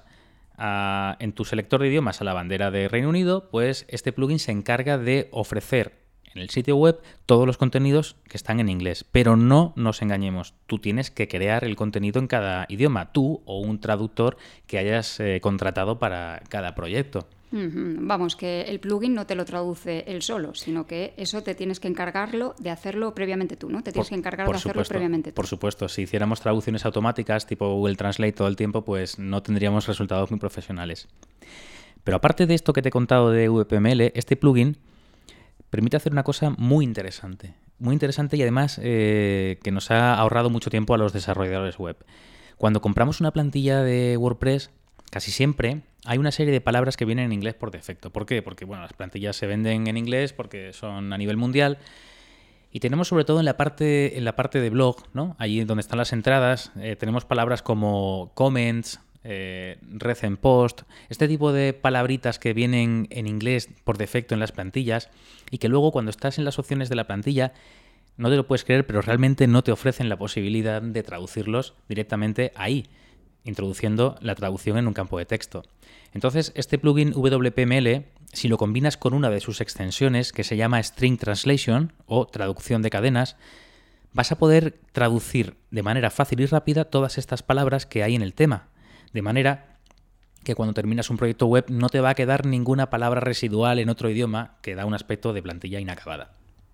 a, en tu selector de idiomas a la bandera de Reino Unido, pues este plugin se encarga de ofrecer en el sitio web todos los contenidos que están en inglés. Pero no nos engañemos, tú tienes que crear el contenido en cada idioma, tú o un traductor que hayas eh, contratado para cada proyecto. Uh-huh. Vamos, que el plugin no te lo traduce él solo, sino que eso te tienes que encargarlo de hacerlo previamente tú, ¿no? Te tienes por, que encargar por de hacerlo supuesto, previamente tú. Por supuesto, si hiciéramos traducciones automáticas tipo Google Translate todo el tiempo, pues no tendríamos resultados muy profesionales. Pero aparte de esto que te he contado de W P M L, este plugin permite hacer una cosa muy interesante. Muy interesante y además eh, que nos ha ahorrado mucho tiempo a los desarrolladores web. Cuando compramos una plantilla de WordPress, casi siempre hay una serie de palabras que vienen en inglés por defecto. ¿Por qué? Porque bueno, las plantillas se venden en inglés porque son a nivel mundial. Y tenemos sobre todo en la parte, en la parte de blog, ¿no? Allí donde están las entradas, eh, tenemos palabras como comments, Eh, recent post, este tipo de palabritas que vienen en inglés por defecto en las plantillas y que luego cuando estás en las opciones de la plantilla no te lo puedes creer, pero realmente no te ofrecen la posibilidad de traducirlos directamente ahí, introduciendo la traducción en un campo de texto. Entonces este plugin W P M L, si lo combinas con una de sus extensiones que se llama String Translation o traducción de cadenas, vas a poder traducir de manera fácil y rápida todas estas palabras que hay en el tema. De manera que cuando terminas un proyecto web no te va a quedar ninguna palabra residual en otro idioma que da un aspecto de plantilla inacabada.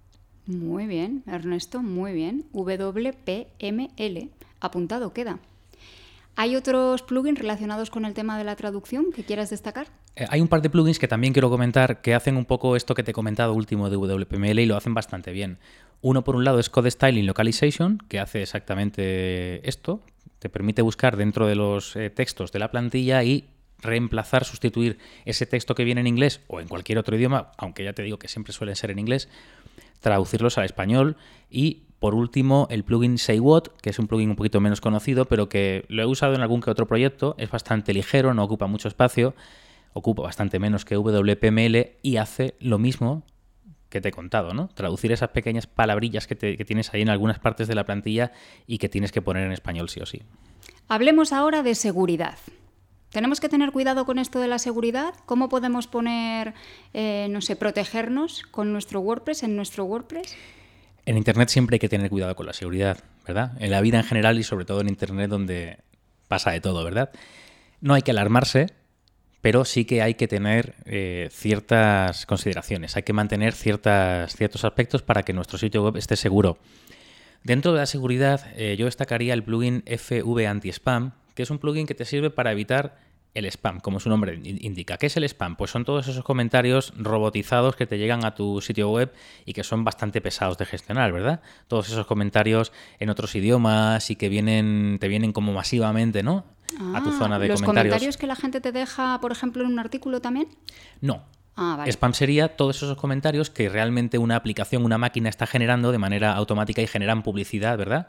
Muy bien, Ernesto, muy bien. W P M L, apuntado queda. ¿Hay otros plugins relacionados con el tema de la traducción que quieras destacar? Eh, hay un par de plugins que también quiero comentar que hacen un poco esto que te he comentado último de W P M L y lo hacen bastante bien. Uno por un lado es Code Styling Localization, que hace exactamente esto. Te permite buscar dentro de los eh, textos de la plantilla y reemplazar, sustituir ese texto que viene en inglés o en cualquier otro idioma, aunque ya te digo que siempre suelen ser en inglés, traducirlos al español. Y por último el plugin Say What, que es un plugin un poquito menos conocido, pero que lo he usado en algún que otro proyecto, es bastante ligero, no ocupa mucho espacio, ocupa bastante menos que W P M L y hace lo mismo que te he contado, ¿no? Traducir esas pequeñas palabrillas que, te, que tienes ahí en algunas partes de la plantilla y que tienes que poner en español sí o sí. Hablemos ahora de seguridad. ¿Tenemos que tener cuidado con esto de la seguridad? ¿Cómo podemos poner, eh, no sé, protegernos con nuestro WordPress, en nuestro WordPress? En Internet siempre hay que tener cuidado con la seguridad, ¿verdad? En la vida en general y sobre todo en Internet donde pasa de todo, ¿verdad? No hay que alarmarse, pero sí que hay que tener eh, ciertas consideraciones, hay que mantener ciertas, ciertos aspectos para que nuestro sitio web esté seguro. Dentro de la seguridad, eh, yo destacaría el plugin F V Anti-Spam, que es un plugin que te sirve para evitar el spam, como su nombre indica. ¿Qué es el spam? Pues son todos esos comentarios robotizados que te llegan a tu sitio web y que son bastante pesados de gestionar, ¿verdad? Todos esos comentarios en otros idiomas y que vienen, te vienen como masivamente, ¿no? Ah, a tu zona de ¿los comentarios. comentarios que la gente te deja, por ejemplo, en un artículo también? No. Ah, vale. Spam sería todos esos comentarios que realmente una aplicación, una máquina está generando de manera automática y generan publicidad, ¿verdad?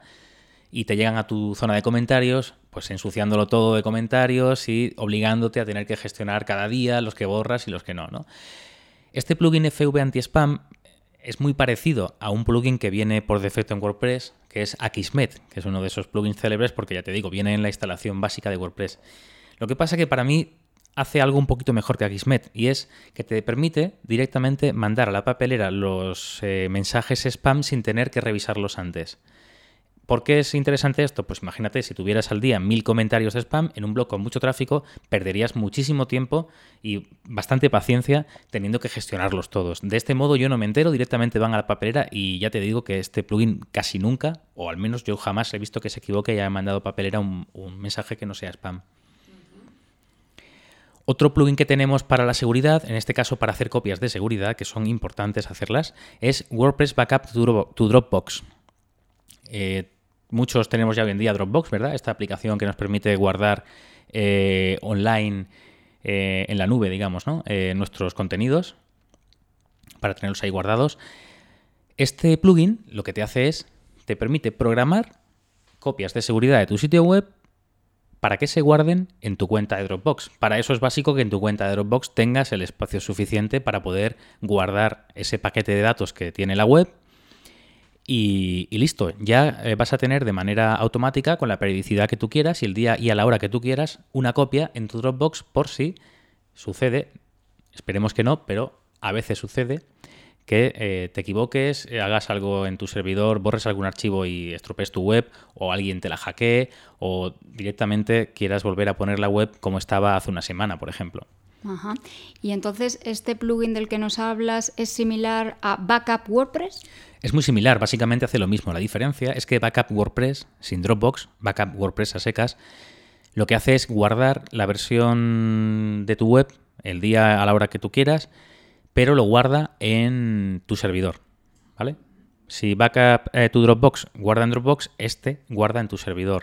Y te llegan a tu zona de comentarios, pues ensuciándolo todo de comentarios y obligándote a tener que gestionar cada día los que borras y los que no, ¿no? Este plugin F V Anti-Spam es muy parecido a un plugin que viene por defecto en WordPress, que es Akismet, que es uno de esos plugins célebres porque, ya te digo, viene en la instalación básica de WordPress. Lo que pasa que para mí hace algo un poquito mejor que Akismet y es que te permite directamente mandar a la papelera los eh, mensajes spam sin tener que revisarlos antes. ¿Por qué es interesante esto? Pues imagínate, si tuvieras al día mil comentarios de spam en un blog con mucho tráfico, perderías muchísimo tiempo y bastante paciencia teniendo que gestionarlos todos. De este modo yo no me entero, directamente van a la papelera y ya te digo que este plugin casi nunca, o al menos yo jamás he visto que se equivoque y haya mandado papelera un, un mensaje que no sea spam. Otro plugin que tenemos para la seguridad, en este caso para hacer copias de seguridad, que son importantes hacerlas, es WordPress Backup to Dropbox. Eh, muchos tenemos ya hoy en día Dropbox, ¿verdad? Esta aplicación que nos permite guardar eh, online, eh, en la nube, digamos, ¿no? Eh, nuestros contenidos para tenerlos ahí guardados. Este plugin lo que te hace es, te permite programar copias de seguridad de tu sitio web para que se guarden en tu cuenta de Dropbox. Para eso es básico que en tu cuenta de Dropbox tengas el espacio suficiente para poder guardar ese paquete de datos que tiene la web y, y listo. Ya eh, vas a tener de manera automática, con la periodicidad que tú quieras y el día y a la hora que tú quieras, una copia en tu Dropbox por si sucede, esperemos que no, pero a veces sucede, que eh, te equivoques, eh, hagas algo en tu servidor, borres algún archivo y estropees tu web, o alguien te la hackee, o directamente quieras volver a poner la web como estaba hace una semana, por ejemplo. Ajá. Y entonces, ¿este plugin del que nos hablas es similar a Backup WordPress? Es muy similar, básicamente hace lo mismo. La diferencia es que Backup WordPress, sin Dropbox, Backup WordPress a secas, lo que hace es guardar la versión de tu web el día a la hora que tú quieras, pero lo guarda en tu servidor, ¿vale? Si Backup eh, tu Dropbox guarda en Dropbox, este guarda en tu servidor.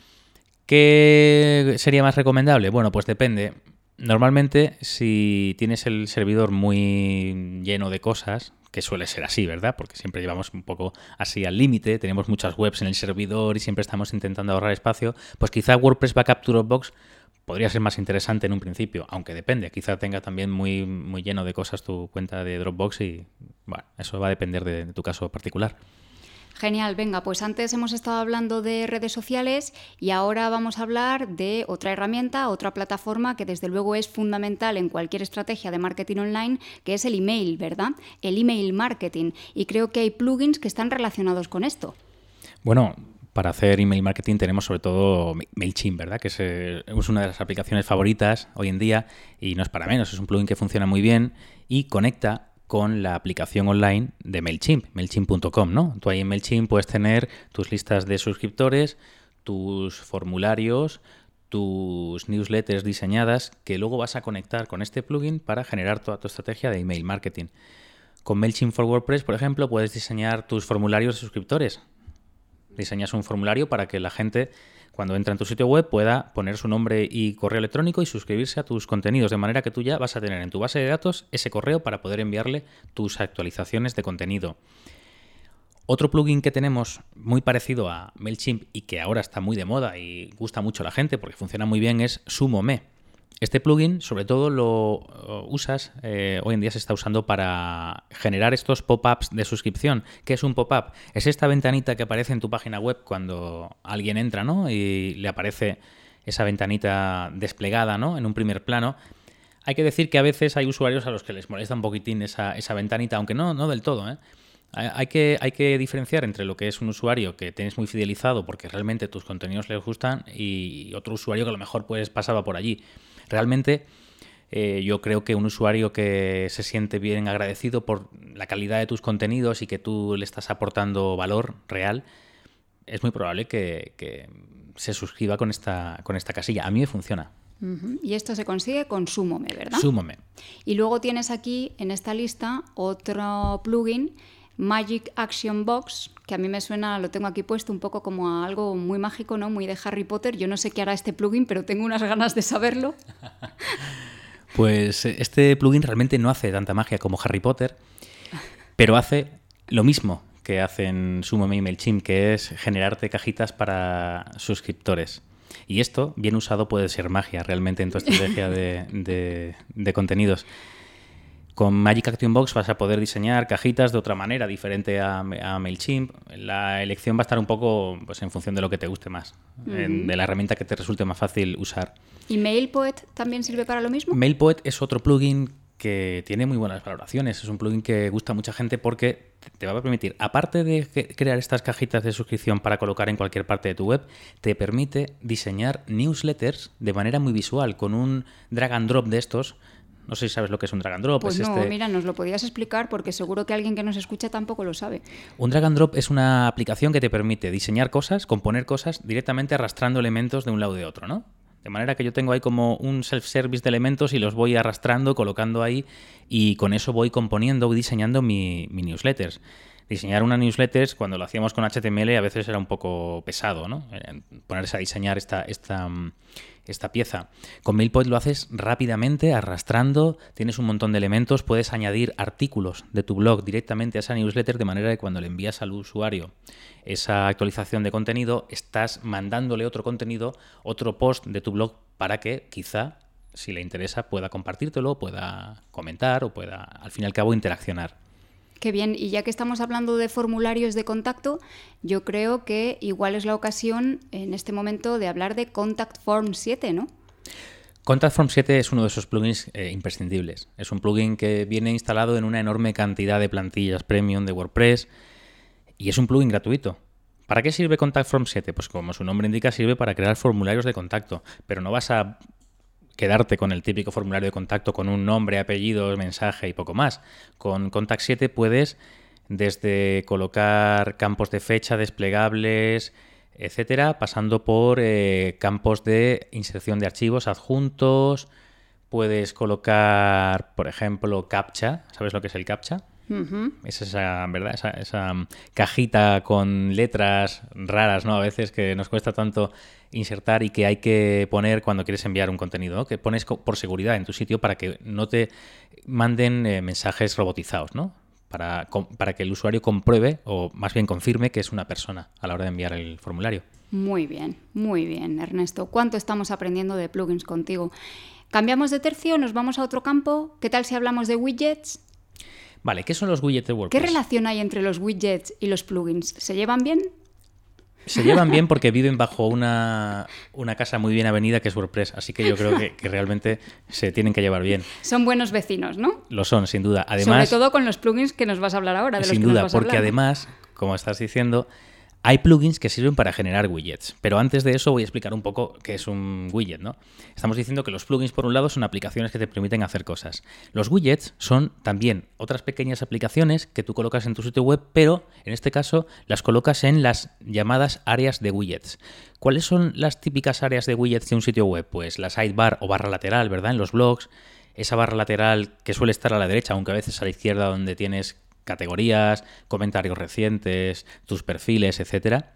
¿Qué sería más recomendable? Bueno, pues depende. Normalmente, si tienes el servidor muy lleno de cosas, que suele ser así, ¿verdad? Porque siempre llevamos un poco así al límite, tenemos muchas webs en el servidor y siempre estamos intentando ahorrar espacio, pues quizá WordPress Backup to Dropbox podría ser más interesante en un principio, aunque depende, quizá tenga también muy, muy lleno de cosas tu cuenta de Dropbox y bueno, eso va a depender de, de tu caso particular. Genial, venga, pues antes hemos estado hablando de redes sociales y ahora vamos a hablar de otra herramienta, otra plataforma que desde luego es fundamental en cualquier estrategia de marketing online, que es el email, ¿verdad? El email marketing. Y creo que hay plugins que están relacionados con esto. Bueno, para hacer email marketing tenemos sobre todo MailChimp, ¿verdad? Que es, es una de las aplicaciones favoritas hoy en día y no es para menos, es un plugin que funciona muy bien y conecta con la aplicación online de MailChimp, MailChimp punto com, ¿no? Tú ahí en MailChimp puedes tener tus listas de suscriptores, tus formularios, tus newsletters diseñadas, que luego vas a conectar con este plugin para generar toda tu estrategia de email marketing. Con MailChimp for WordPress, por ejemplo, puedes diseñar tus formularios de suscriptores. Diseñas un formulario para que la gente, cuando entra en tu sitio web, pueda poner su nombre y correo electrónico y suscribirse a tus contenidos, de manera que tú ya vas a tener en tu base de datos ese correo para poder enviarle tus actualizaciones de contenido. Otro plugin que tenemos muy parecido a MailChimp y que ahora está muy de moda y gusta mucho a la gente porque funciona muy bien es SumoMe. Este plugin sobre todo lo usas, eh, hoy en día se está usando para generar estos pop-ups de suscripción. ¿Qué es un pop-up? Es esta ventanita que aparece en tu página web cuando alguien entra, ¿no? Y le aparece esa ventanita desplegada, ¿no? En un primer plano. Hay que decir que a veces hay usuarios a los que les molesta un poquitín esa, esa ventanita, aunque no, no del todo, ¿eh? Hay que, hay que diferenciar entre lo que es un usuario que tienes muy fidelizado porque realmente tus contenidos les gustan y otro usuario que a lo mejor pues pasaba por allí. Realmente eh, yo creo que un usuario que se siente bien agradecido por la calidad de tus contenidos y que tú le estás aportando valor real, es muy probable que, que se suscriba con esta, con esta casilla. A mí me funciona. Uh-huh. Y esto se consigue con SumoMe, ¿verdad? SumoMe. Y luego tienes aquí en esta lista otro plugin, Magic Action Box, que a mí me suena, lo tengo aquí puesto un poco como a algo muy mágico, ¿no? Muy de Harry Potter. Yo no sé qué hará este plugin, pero tengo unas ganas de saberlo. Pues este plugin realmente no hace tanta magia como Harry Potter, pero hace lo mismo que hacen SumoMe y MailChimp, que es generarte cajitas para suscriptores. Y esto, bien usado, puede ser magia realmente en tu estrategia de, de, de contenidos. Con Magic Action Box vas a poder diseñar cajitas de otra manera, diferente a, a MailChimp. La elección va a estar un poco pues, en función de lo que te guste más, uh-huh. en, de la herramienta que te resulte más fácil usar. ¿Y MailPoet también sirve para lo mismo? MailPoet es otro plugin que tiene muy buenas valoraciones. Es un plugin que gusta a mucha gente porque te va a permitir, aparte de crear estas cajitas de suscripción para colocar en cualquier parte de tu web, te permite diseñar newsletters de manera muy visual, con un drag and drop de estos. No sé si sabes lo que es un drag and drop. Pues es no, este... mira, nos lo podías explicar porque seguro que alguien que nos escucha tampoco lo sabe. Un drag and drop es una aplicación que te permite diseñar cosas, componer cosas directamente arrastrando elementos de un lado de otro, ¿no? De manera que yo tengo ahí como un self-service de elementos y los voy arrastrando, colocando ahí, y con eso voy componiendo y diseñando mi, mi newsletters. Diseñar una newsletter, cuando lo hacíamos con H T M L, a veces era un poco pesado, ¿no? Ponerse a diseñar esta, esta, esta pieza. Con MailPoint lo haces rápidamente, arrastrando, tienes un montón de elementos, puedes añadir artículos de tu blog directamente a esa newsletter, de manera que cuando le envías al usuario esa actualización de contenido, estás mandándole otro contenido, otro post de tu blog, para que quizá, si le interesa, pueda compartírtelo, pueda comentar o pueda, al fin y al cabo, interaccionar. Qué bien, y ya que estamos hablando de formularios de contacto, yo creo que igual es la ocasión en este momento de hablar de Contact Form siete, ¿no? Contact Form siete es uno de esos plugins eh, imprescindibles. Es un plugin que viene instalado en una enorme cantidad de plantillas premium de WordPress y es un plugin gratuito. ¿Para qué sirve Contact Form siete? Pues como su nombre indica, sirve para crear formularios de contacto, pero no vas a quedarte con el típico formulario de contacto con un nombre, apellido, mensaje y poco más. Con Contact siete puedes desde colocar campos de fecha desplegables, etcétera, pasando por eh, campos de inserción de archivos adjuntos. Puedes colocar, por ejemplo, CAPTCHA. ¿Sabes lo que es el CAPTCHA? Uh-huh. Es esa, ¿verdad? Esa, esa cajita con letras raras, ¿no? A veces que nos cuesta tanto insertar y que hay que poner cuando quieres enviar un contenido, ¿no? Que pones por seguridad en tu sitio para que no te manden eh, mensajes robotizados, ¿no? Para, para que el usuario compruebe, o más bien confirme, que es una persona a la hora de enviar el formulario. Muy bien, muy bien, Ernesto. ¿Cuánto estamos aprendiendo de plugins contigo? Cambiamos de tercio, nos vamos a otro campo. ¿Qué tal si hablamos de widgets? Vale, ¿qué son los widgets de WordPress? ¿Qué relación hay entre los widgets y los plugins? ¿Se llevan bien? Se llevan bien porque viven bajo una, una casa muy bien avenida que es WordPress, así que yo creo que, que realmente se tienen que llevar bien. Son buenos vecinos, ¿no? Lo son, sin duda. Además, sobre todo con los plugins que nos vas a hablar ahora. De sin los que duda, nos vas a porque hablar. Además, como estás diciendo, hay plugins que sirven para generar widgets. Pero antes de eso voy a explicar un poco qué es un widget, ¿no? Estamos diciendo que los plugins, por un lado, son aplicaciones que te permiten hacer cosas. Los widgets son también otras pequeñas aplicaciones que tú colocas en tu sitio web, pero en este caso las colocas en las llamadas áreas de widgets. ¿Cuáles son las típicas áreas de widgets de un sitio web? Pues la sidebar o barra lateral, ¿verdad? En los blogs, esa barra lateral que suele estar a la derecha, aunque a veces a la izquierda, donde tienes categorías, comentarios recientes, tus perfiles, etcétera.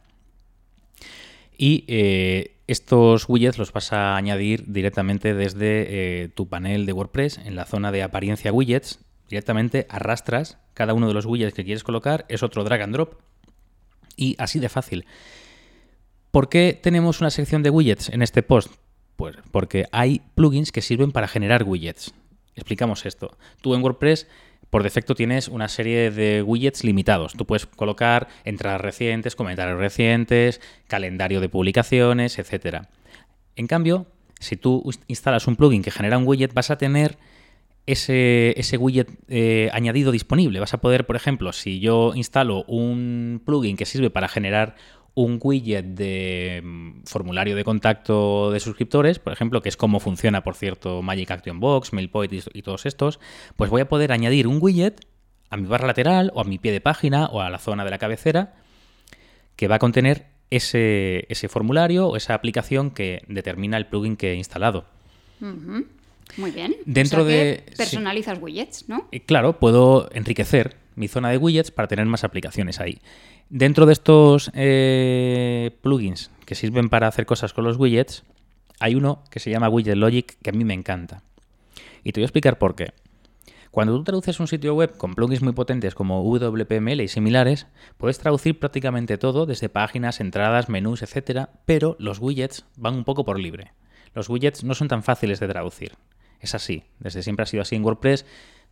Y eh, estos widgets los vas a añadir directamente desde eh, tu panel de WordPress en la zona de apariencia widgets. Directamente arrastras cada uno de los widgets que quieres colocar, es otro drag and drop y así de fácil. ¿Por qué tenemos una sección de widgets en este post? Pues porque hay plugins que sirven para generar widgets. Explicamos esto. Tú en WordPress por defecto tienes una serie de widgets limitados. Tú puedes colocar entradas recientes, comentarios recientes, calendario de publicaciones, etcétera. En cambio, si tú instalas un plugin que genera un widget, vas a tener ese, ese widget eh, añadido disponible. Vas a poder, por ejemplo, si yo instalo un plugin que sirve para generar un widget de formulario de contacto de suscriptores, por ejemplo, que es cómo funciona, por cierto, Magic Action Box, MailPoint y, y todos estos, pues voy a poder añadir un widget a mi barra lateral o a mi pie de página o a la zona de la cabecera que va a contener ese, ese formulario o esa aplicación que determina el plugin que he instalado. Uh-huh. Muy bien. Dentro o sea de que personalizas sí. widgets, ¿no? Claro, puedo enriquecer mi zona de widgets para tener más aplicaciones ahí. Dentro de estos eh, plugins que sirven para hacer cosas con los widgets, hay uno que se llama Widget Logic que a mí me encanta. Y te voy a explicar por qué. Cuando tú traduces un sitio web con plugins muy potentes como W P M L y similares, puedes traducir prácticamente todo, desde páginas, entradas, menús, etcétera, pero los widgets van un poco por libre. Los widgets no son tan fáciles de traducir. Es así, desde siempre ha sido así en WordPress.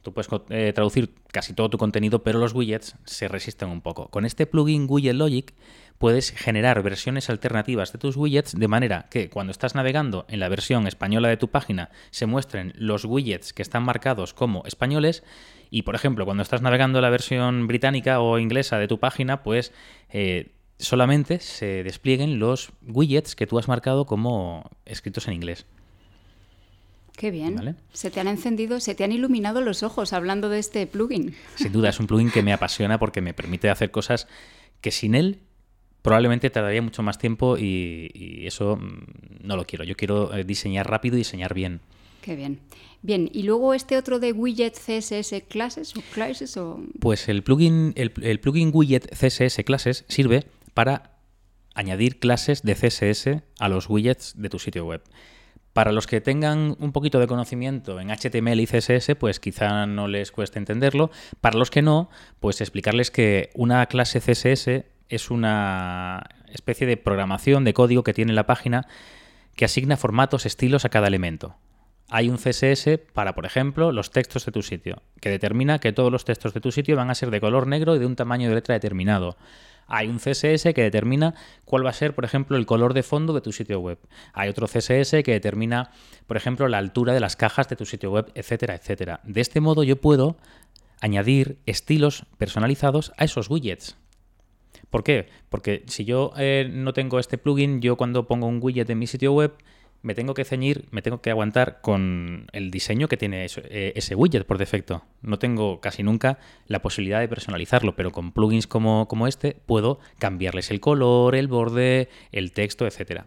Tú puedes eh, traducir casi todo tu contenido, pero los widgets se resisten un poco. Con este plugin Widget Logic puedes generar versiones alternativas de tus widgets de manera que cuando estás navegando en la versión española de tu página se muestren los widgets que están marcados como españoles y, por ejemplo, cuando estás navegando en la versión británica o inglesa de tu página, pues eh, solamente se desplieguen los widgets que tú has marcado como escritos en inglés. Qué bien. ¿Vale? Se te han encendido, se te han iluminado los ojos hablando de este plugin. Sin duda, es un plugin que me apasiona porque me permite hacer cosas que sin él probablemente tardaría mucho más tiempo y, y eso no lo quiero. Yo quiero diseñar rápido y diseñar bien. Qué bien. Bien, y luego este otro de Widget C S S Classes o Classes o... Pues el plugin, el, el plugin Widget C S S Classes sirve para añadir clases de C S S a los widgets de tu sitio web. Para los que tengan un poquito de conocimiento en H T M L y C S S, pues quizá no les cueste entenderlo. Para los que no, pues explicarles que una clase C S S es una especie de programación de código que tiene la página que asigna formatos, estilos a cada elemento. Hay un C S S para, por ejemplo, los textos de tu sitio, que determina que todos los textos de tu sitio van a ser de color negro y de un tamaño de letra determinado. Hay un C S S que determina cuál va a ser, por ejemplo, el color de fondo de tu sitio web. Hay otro C S S que determina, por ejemplo, la altura de las cajas de tu sitio web, etcétera, etcétera. De este modo yo puedo añadir estilos personalizados a esos widgets. ¿Por qué? Porque si yo eh, no tengo este plugin, yo cuando pongo un widget en mi sitio web me tengo que ceñir, me tengo que aguantar con el diseño que tiene eso, eh, ese widget por defecto. No tengo casi nunca la posibilidad de personalizarlo, pero con plugins como, como este puedo cambiarles el color, el borde, el texto, etcétera.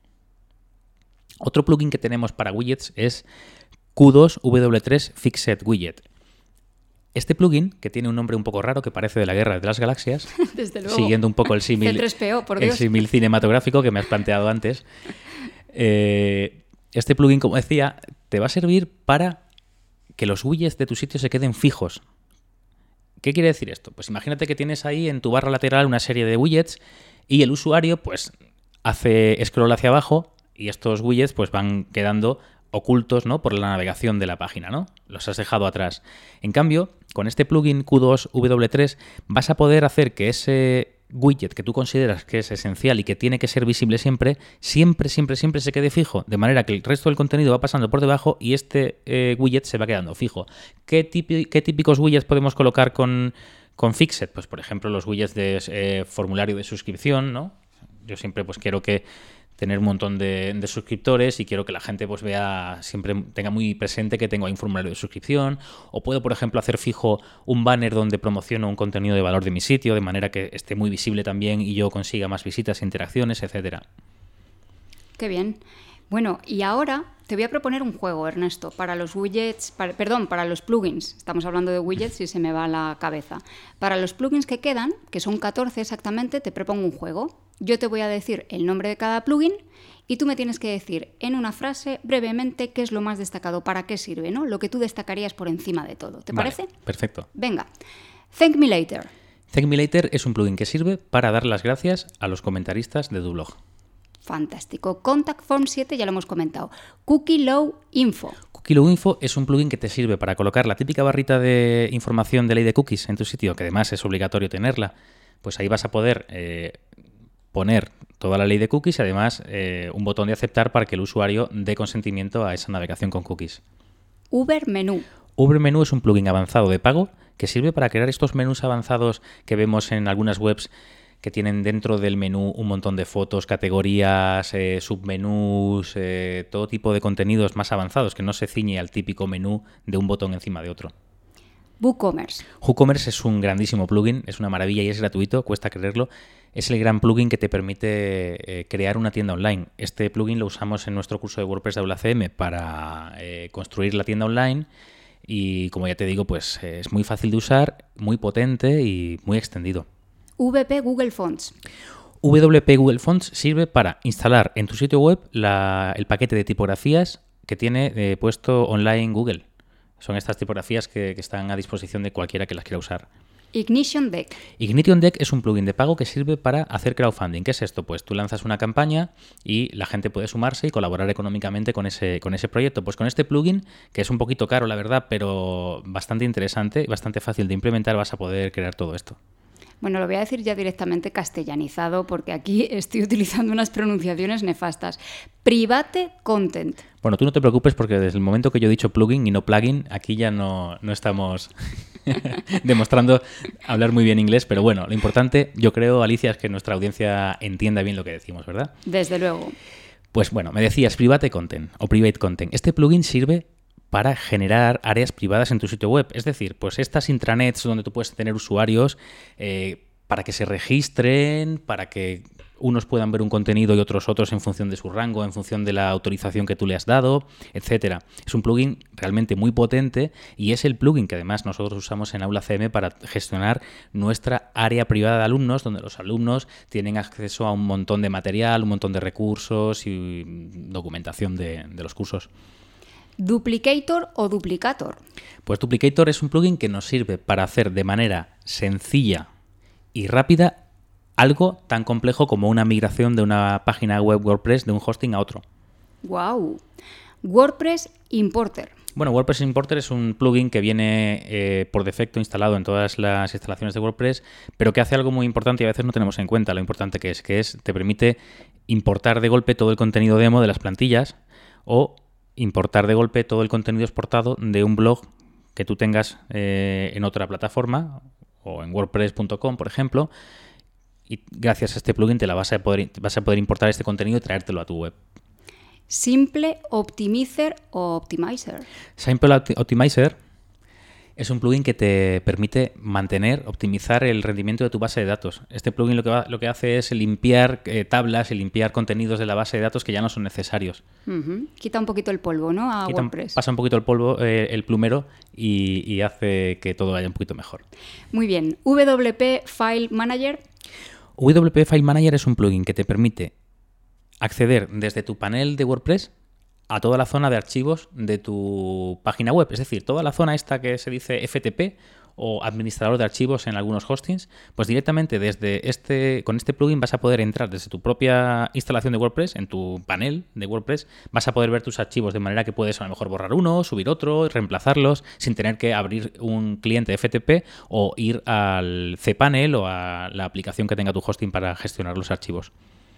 Otro plugin que tenemos para widgets es Q dos W tres Fixed Widget. Este plugin, que tiene un nombre un poco raro que parece de la Guerra de las Galaxias, desde luego, siguiendo un poco el símil, C tres P O, por el Dios. símil cinematográfico que me has planteado antes, eh, este plugin, como decía, te va a servir para que los widgets de tu sitio se queden fijos. ¿Qué quiere decir esto? Pues imagínate que tienes ahí en tu barra lateral una serie de widgets y el usuario pues hace scroll hacia abajo y estos widgets pues van quedando ocultos, ¿no?, por la navegación de la página, ¿no? Los has dejado atrás. En cambio, con este plugin Q dos W tres vas a poder hacer que ese widget que tú consideras que es esencial y que tiene que ser visible siempre, siempre, siempre, siempre se quede fijo, de manera que el resto del contenido va pasando por debajo y este eh, widget se va quedando fijo. ¿Qué, típi- qué típicos widgets podemos colocar con, con Fixed? Pues, por ejemplo, los widgets de eh, formulario de suscripción, ¿no? Yo siempre pues quiero que tener un montón de, de suscriptores y quiero que la gente pues vea, siempre tenga muy presente que tengo ahí un formulario de suscripción, o puedo, por ejemplo, hacer fijo un banner donde promociono un contenido de valor de mi sitio, de manera que esté muy visible también y yo consiga más visitas, interacciones, etcétera. Qué bien. Bueno, y ahora te voy a proponer un juego, Ernesto, para los widgets, para, perdón, para los plugins. Estamos hablando de widgets y se me va la cabeza. Para los plugins que quedan, que son catorce exactamente, te propongo un juego. Yo te voy a decir el nombre de cada plugin y tú me tienes que decir en una frase brevemente qué es lo más destacado, para qué sirve, ¿no? Lo que tú destacarías por encima de todo. ¿Te Vale, parece? Perfecto. Venga. Thank Me Later. Thank Me Later es un plugin que sirve para dar las gracias a los comentaristas de tu blog. Fantástico. Contact Form siete ya lo hemos comentado. Cookie Low Info. Cookie Low Info es un plugin que te sirve para colocar la típica barrita de información de ley de cookies en tu sitio, que además es obligatorio tenerla. Pues ahí vas a poder eh, poner toda la ley de cookies y además eh, un botón de aceptar para que el usuario dé consentimiento a esa navegación con cookies. Uber Menú. Uber Menú es un plugin avanzado de pago que sirve para crear estos menús avanzados que vemos en algunas webs que tienen dentro del menú un montón de fotos, categorías, eh, submenús, eh, todo tipo de contenidos más avanzados, que no se ciñe al típico menú de un botón encima de otro. WooCommerce. WooCommerce es un grandísimo plugin, es una maravilla y es gratuito, cuesta creerlo. Es el gran plugin que te permite eh, crear una tienda online. Este plugin lo usamos en nuestro curso de WordPress de Aula C M para eh, construir la tienda online y, como ya te digo, pues eh, es muy fácil de usar, muy potente y muy extendido. W P Google Fonts. W P Google Fonts sirve para instalar en tu sitio web la, el paquete de tipografías que tiene eh, puesto online Google. Son estas tipografías que, que están a disposición de cualquiera que las quiera usar. Ignition Deck. Ignition Deck es un plugin de pago que sirve para hacer crowdfunding. ¿Qué es esto? Pues tú lanzas una campaña y la gente puede sumarse y colaborar económicamente con ese, con ese proyecto. Pues con este plugin, que es un poquito caro, la verdad, pero bastante interesante y bastante fácil de implementar, vas a poder crear todo esto. Bueno, lo voy a decir ya directamente castellanizado porque aquí estoy utilizando unas pronunciaciones nefastas. Private Content. Bueno, tú no te preocupes porque desde el momento que yo he dicho plugin y no plugin, aquí ya no, no estamos demostrando hablar muy bien inglés, pero bueno, lo importante, yo creo, Alicia, es que nuestra audiencia entienda bien lo que decimos, ¿verdad? Desde luego. Pues bueno, me decías Private Content o Private Content. Este plugin sirve para generar áreas privadas en tu sitio web. Es decir, pues estas intranets donde tú puedes tener usuarios eh, para que se registren, para que unos puedan ver un contenido y otros otros en función de su rango, en función de la autorización que tú le has dado, etcétera. Es un plugin realmente muy potente y es el plugin que además nosotros usamos en Aula C M para gestionar nuestra área privada de alumnos, donde los alumnos tienen acceso a un montón de material, un montón de recursos y documentación de, de los cursos. ¿Duplicator o Duplicator? Pues Duplicator es un plugin que nos sirve para hacer de manera sencilla y rápida algo tan complejo como una migración de una página web WordPress de un hosting a otro. ¡Wow! WordPress Importer. Bueno, WordPress Importer es un plugin que viene eh, por defecto instalado en todas las instalaciones de WordPress, pero que hace algo muy importante y a veces no tenemos en cuenta lo importante que es, que es te permite importar de golpe todo el contenido demo de las plantillas o importar de golpe todo el contenido exportado de un blog que tú tengas eh, en otra plataforma o en wordpress punto com, por ejemplo, y gracias a este plugin te la vas a poder, vas a poder importar este contenido y traértelo a tu web. Simple Optimizer o Optimizer. Simple Optimizer es un plugin que te permite mantener, optimizar el rendimiento de tu base de datos. Este plugin lo que, va, lo que hace es limpiar eh, tablas y limpiar contenidos de la base de datos que ya no son necesarios. Uh-huh. Quita un poquito el polvo, ¿no? A Quita, WordPress. Pasa un poquito el polvo, eh, el plumero y, y hace que todo vaya un poquito mejor. Muy bien. W P File Manager. W P File Manager es un plugin que te permite acceder desde tu panel de WordPress a toda la zona de archivos de tu página web. Es decir, toda la zona esta que se dice F T P o administrador de archivos en algunos hostings, pues directamente desde este, con este plugin vas a poder entrar desde tu propia instalación de WordPress, en tu panel de WordPress, vas a poder ver tus archivos de manera que puedes a lo mejor borrar uno, subir otro, reemplazarlos, sin tener que abrir un cliente F T P o ir al cPanel o a la aplicación que tenga tu hosting para gestionar los archivos.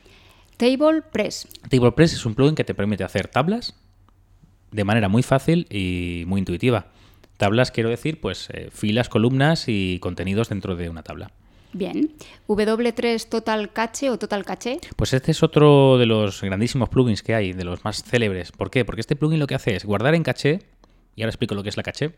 TablePress. TablePress es un plugin que te permite hacer tablas de manera muy fácil y muy intuitiva. Tablas, quiero decir, pues eh, filas, columnas y contenidos dentro de una tabla. Bien. W tres Total Cache o Total Cache. Pues este es otro de los grandísimos plugins que hay, de los más célebres. ¿Por qué? Porque este plugin lo que hace es guardar en caché, y ahora explico lo que es la caché,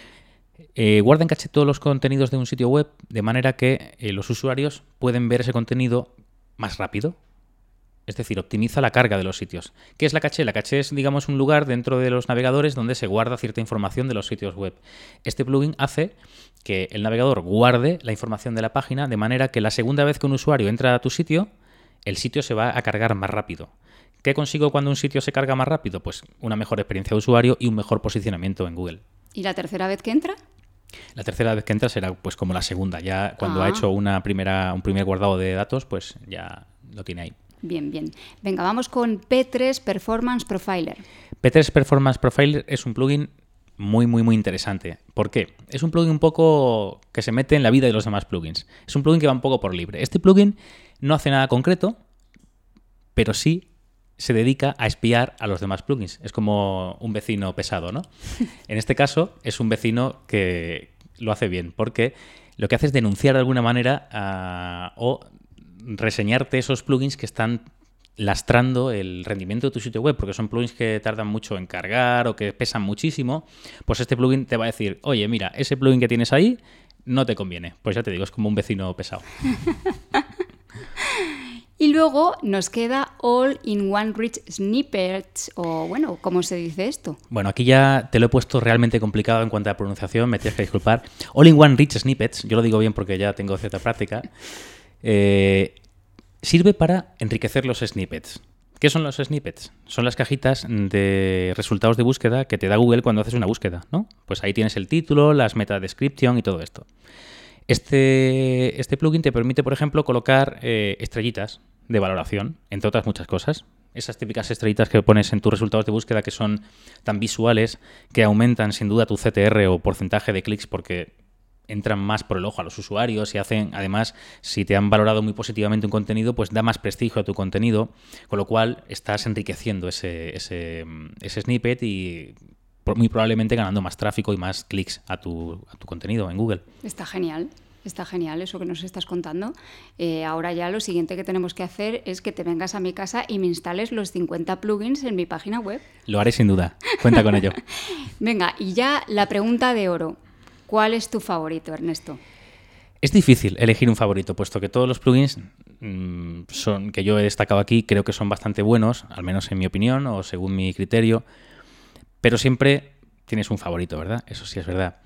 eh, guarda en caché todos los contenidos de un sitio web de manera que eh, los usuarios pueden ver ese contenido más rápido. Es decir, optimiza la carga de los sitios. ¿Qué es la caché? La caché es, digamos, un lugar dentro de los navegadores donde se guarda cierta información de los sitios web. Este plugin hace que el navegador guarde la información de la página de manera que la segunda vez que un usuario entra a tu sitio, el sitio se va a cargar más rápido. ¿Qué consigo cuando un sitio se carga más rápido? Pues una mejor experiencia de usuario y un mejor posicionamiento en Google. ¿Y la tercera vez que entra? La tercera vez que entra será pues como la segunda. Ya cuando ah. ha hecho una primera, un primer guardado de datos, pues ya lo tiene ahí. Bien, bien. Venga, vamos con P tres Performance Profiler. P tres Performance Profiler es un plugin muy, muy, muy interesante. ¿Por qué? Es un plugin un poco que se mete en la vida de los demás plugins. Es un plugin que va un poco por libre. Este plugin no hace nada concreto, pero sí se dedica a espiar a los demás plugins. Es como un vecino pesado, ¿no? En este caso es un vecino que lo hace bien, porque lo que hace es denunciar de alguna manera uh, o reseñarte esos plugins que están lastrando el rendimiento de tu sitio web, porque son plugins que tardan mucho en cargar o que pesan muchísimo. Pues este plugin te va a decir, oye, mira, ese plugin que tienes ahí no te conviene. Pues ya te digo, es como un vecino pesado. Y luego nos queda All-in-One Rich Snippets, o bueno, ¿cómo se dice esto? Bueno, aquí ya te lo he puesto realmente complicado en cuanto a la pronunciación, me tienes que disculpar. All-in-One Rich Snippets, yo lo digo bien porque ya tengo cierta práctica, eh, sirve para enriquecer los snippets. ¿Qué son los snippets? Son las cajitas de resultados de búsqueda que te da Google cuando haces una búsqueda, ¿no? Pues ahí tienes el título, las meta description y todo esto. Este, este plugin te permite, por ejemplo, colocar eh, estrellitas de valoración, entre otras muchas cosas. Esas típicas estrellitas que pones en tus resultados de búsqueda que son tan visuales que aumentan sin duda tu C T R o porcentaje de clics porque entran más por el ojo a los usuarios y hacen, además, si te han valorado muy positivamente un contenido, pues da más prestigio a tu contenido, con lo cual estás enriqueciendo ese, ese, ese snippet y muy probablemente ganando más tráfico y más clics a tu, a tu contenido en Google. Está genial. Está genial eso que nos estás contando. Eh, ahora ya lo siguiente que tenemos que hacer es que te vengas a mi casa y me instales los cincuenta plugins en mi página web. Lo haré sin duda. Cuenta con ello. Venga, y ya la pregunta de oro. ¿Cuál es tu favorito, Ernesto? Es difícil elegir un favorito, puesto que todos los plugins mmm, son, que yo he destacado aquí creo que son bastante buenos, al menos en mi opinión o según mi criterio, pero siempre tienes un favorito, ¿verdad? Eso sí es verdad.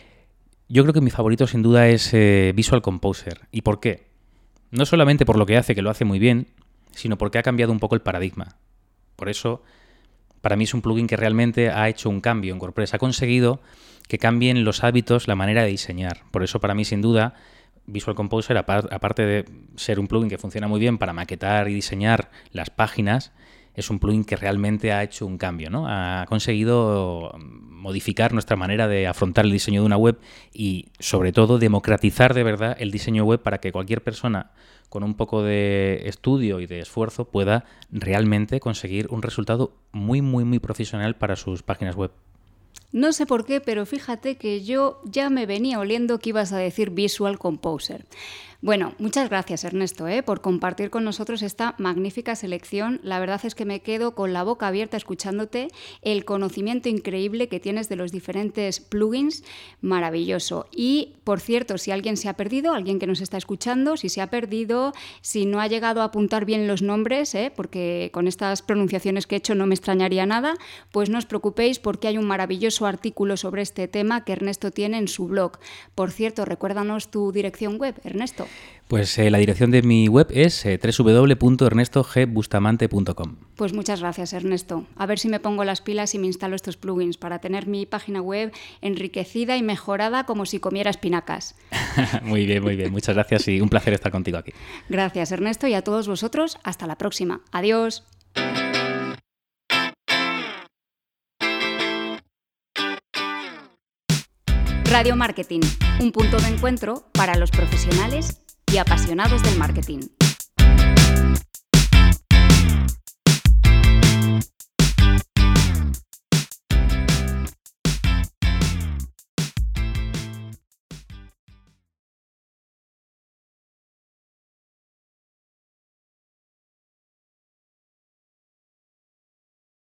Yo creo que mi favorito sin duda es eh, Visual Composer. ¿Y por qué? No solamente por lo que hace, que lo hace muy bien, sino porque ha cambiado un poco el paradigma. Por eso, para mí es un plugin que realmente ha hecho un cambio en WordPress. Ha conseguido que cambien los hábitos, la manera de diseñar. Por eso, para mí, sin duda, Visual Composer, aparte de ser un plugin que funciona muy bien para maquetar y diseñar las páginas, es un plugin que realmente ha hecho un cambio, ¿no? Ha conseguido modificar nuestra manera de afrontar el diseño de una web y, sobre todo, democratizar de verdad el diseño web para que cualquier persona con un poco de estudio y de esfuerzo pueda realmente conseguir un resultado muy, muy, muy profesional para sus páginas web. No sé por qué, pero fíjate que yo ya me venía oliendo que ibas a decir Visual Composer. Bueno, muchas gracias, Ernesto, ¿eh? por compartir con nosotros esta magnífica selección. La verdad es que me quedo con la boca abierta escuchándote, el conocimiento increíble que tienes de los diferentes plugins, maravilloso. Y, por cierto, si alguien se ha perdido, alguien que nos está escuchando, si se ha perdido, si no ha llegado a apuntar bien los nombres, ¿eh? porque con estas pronunciaciones que he hecho no me extrañaría nada, pues no os preocupéis porque hay un maravilloso artículo sobre este tema que Ernesto tiene en su blog. Por cierto, recuérdanos tu dirección web, Ernesto. Pues eh, la dirección de mi web es eh, doble u doble u doble u punto ernesto g bustamante punto com. Pues muchas gracias, Ernesto. A ver si me pongo las pilas y me instalo estos plugins para tener mi página web enriquecida y mejorada como si comiera espinacas. Muy bien, muy bien. Muchas gracias y un placer estar contigo aquí. Gracias, Ernesto, y a todos vosotros. Hasta la próxima. Adiós. Radio Marketing, un punto de encuentro para los profesionales y apasionados del marketing.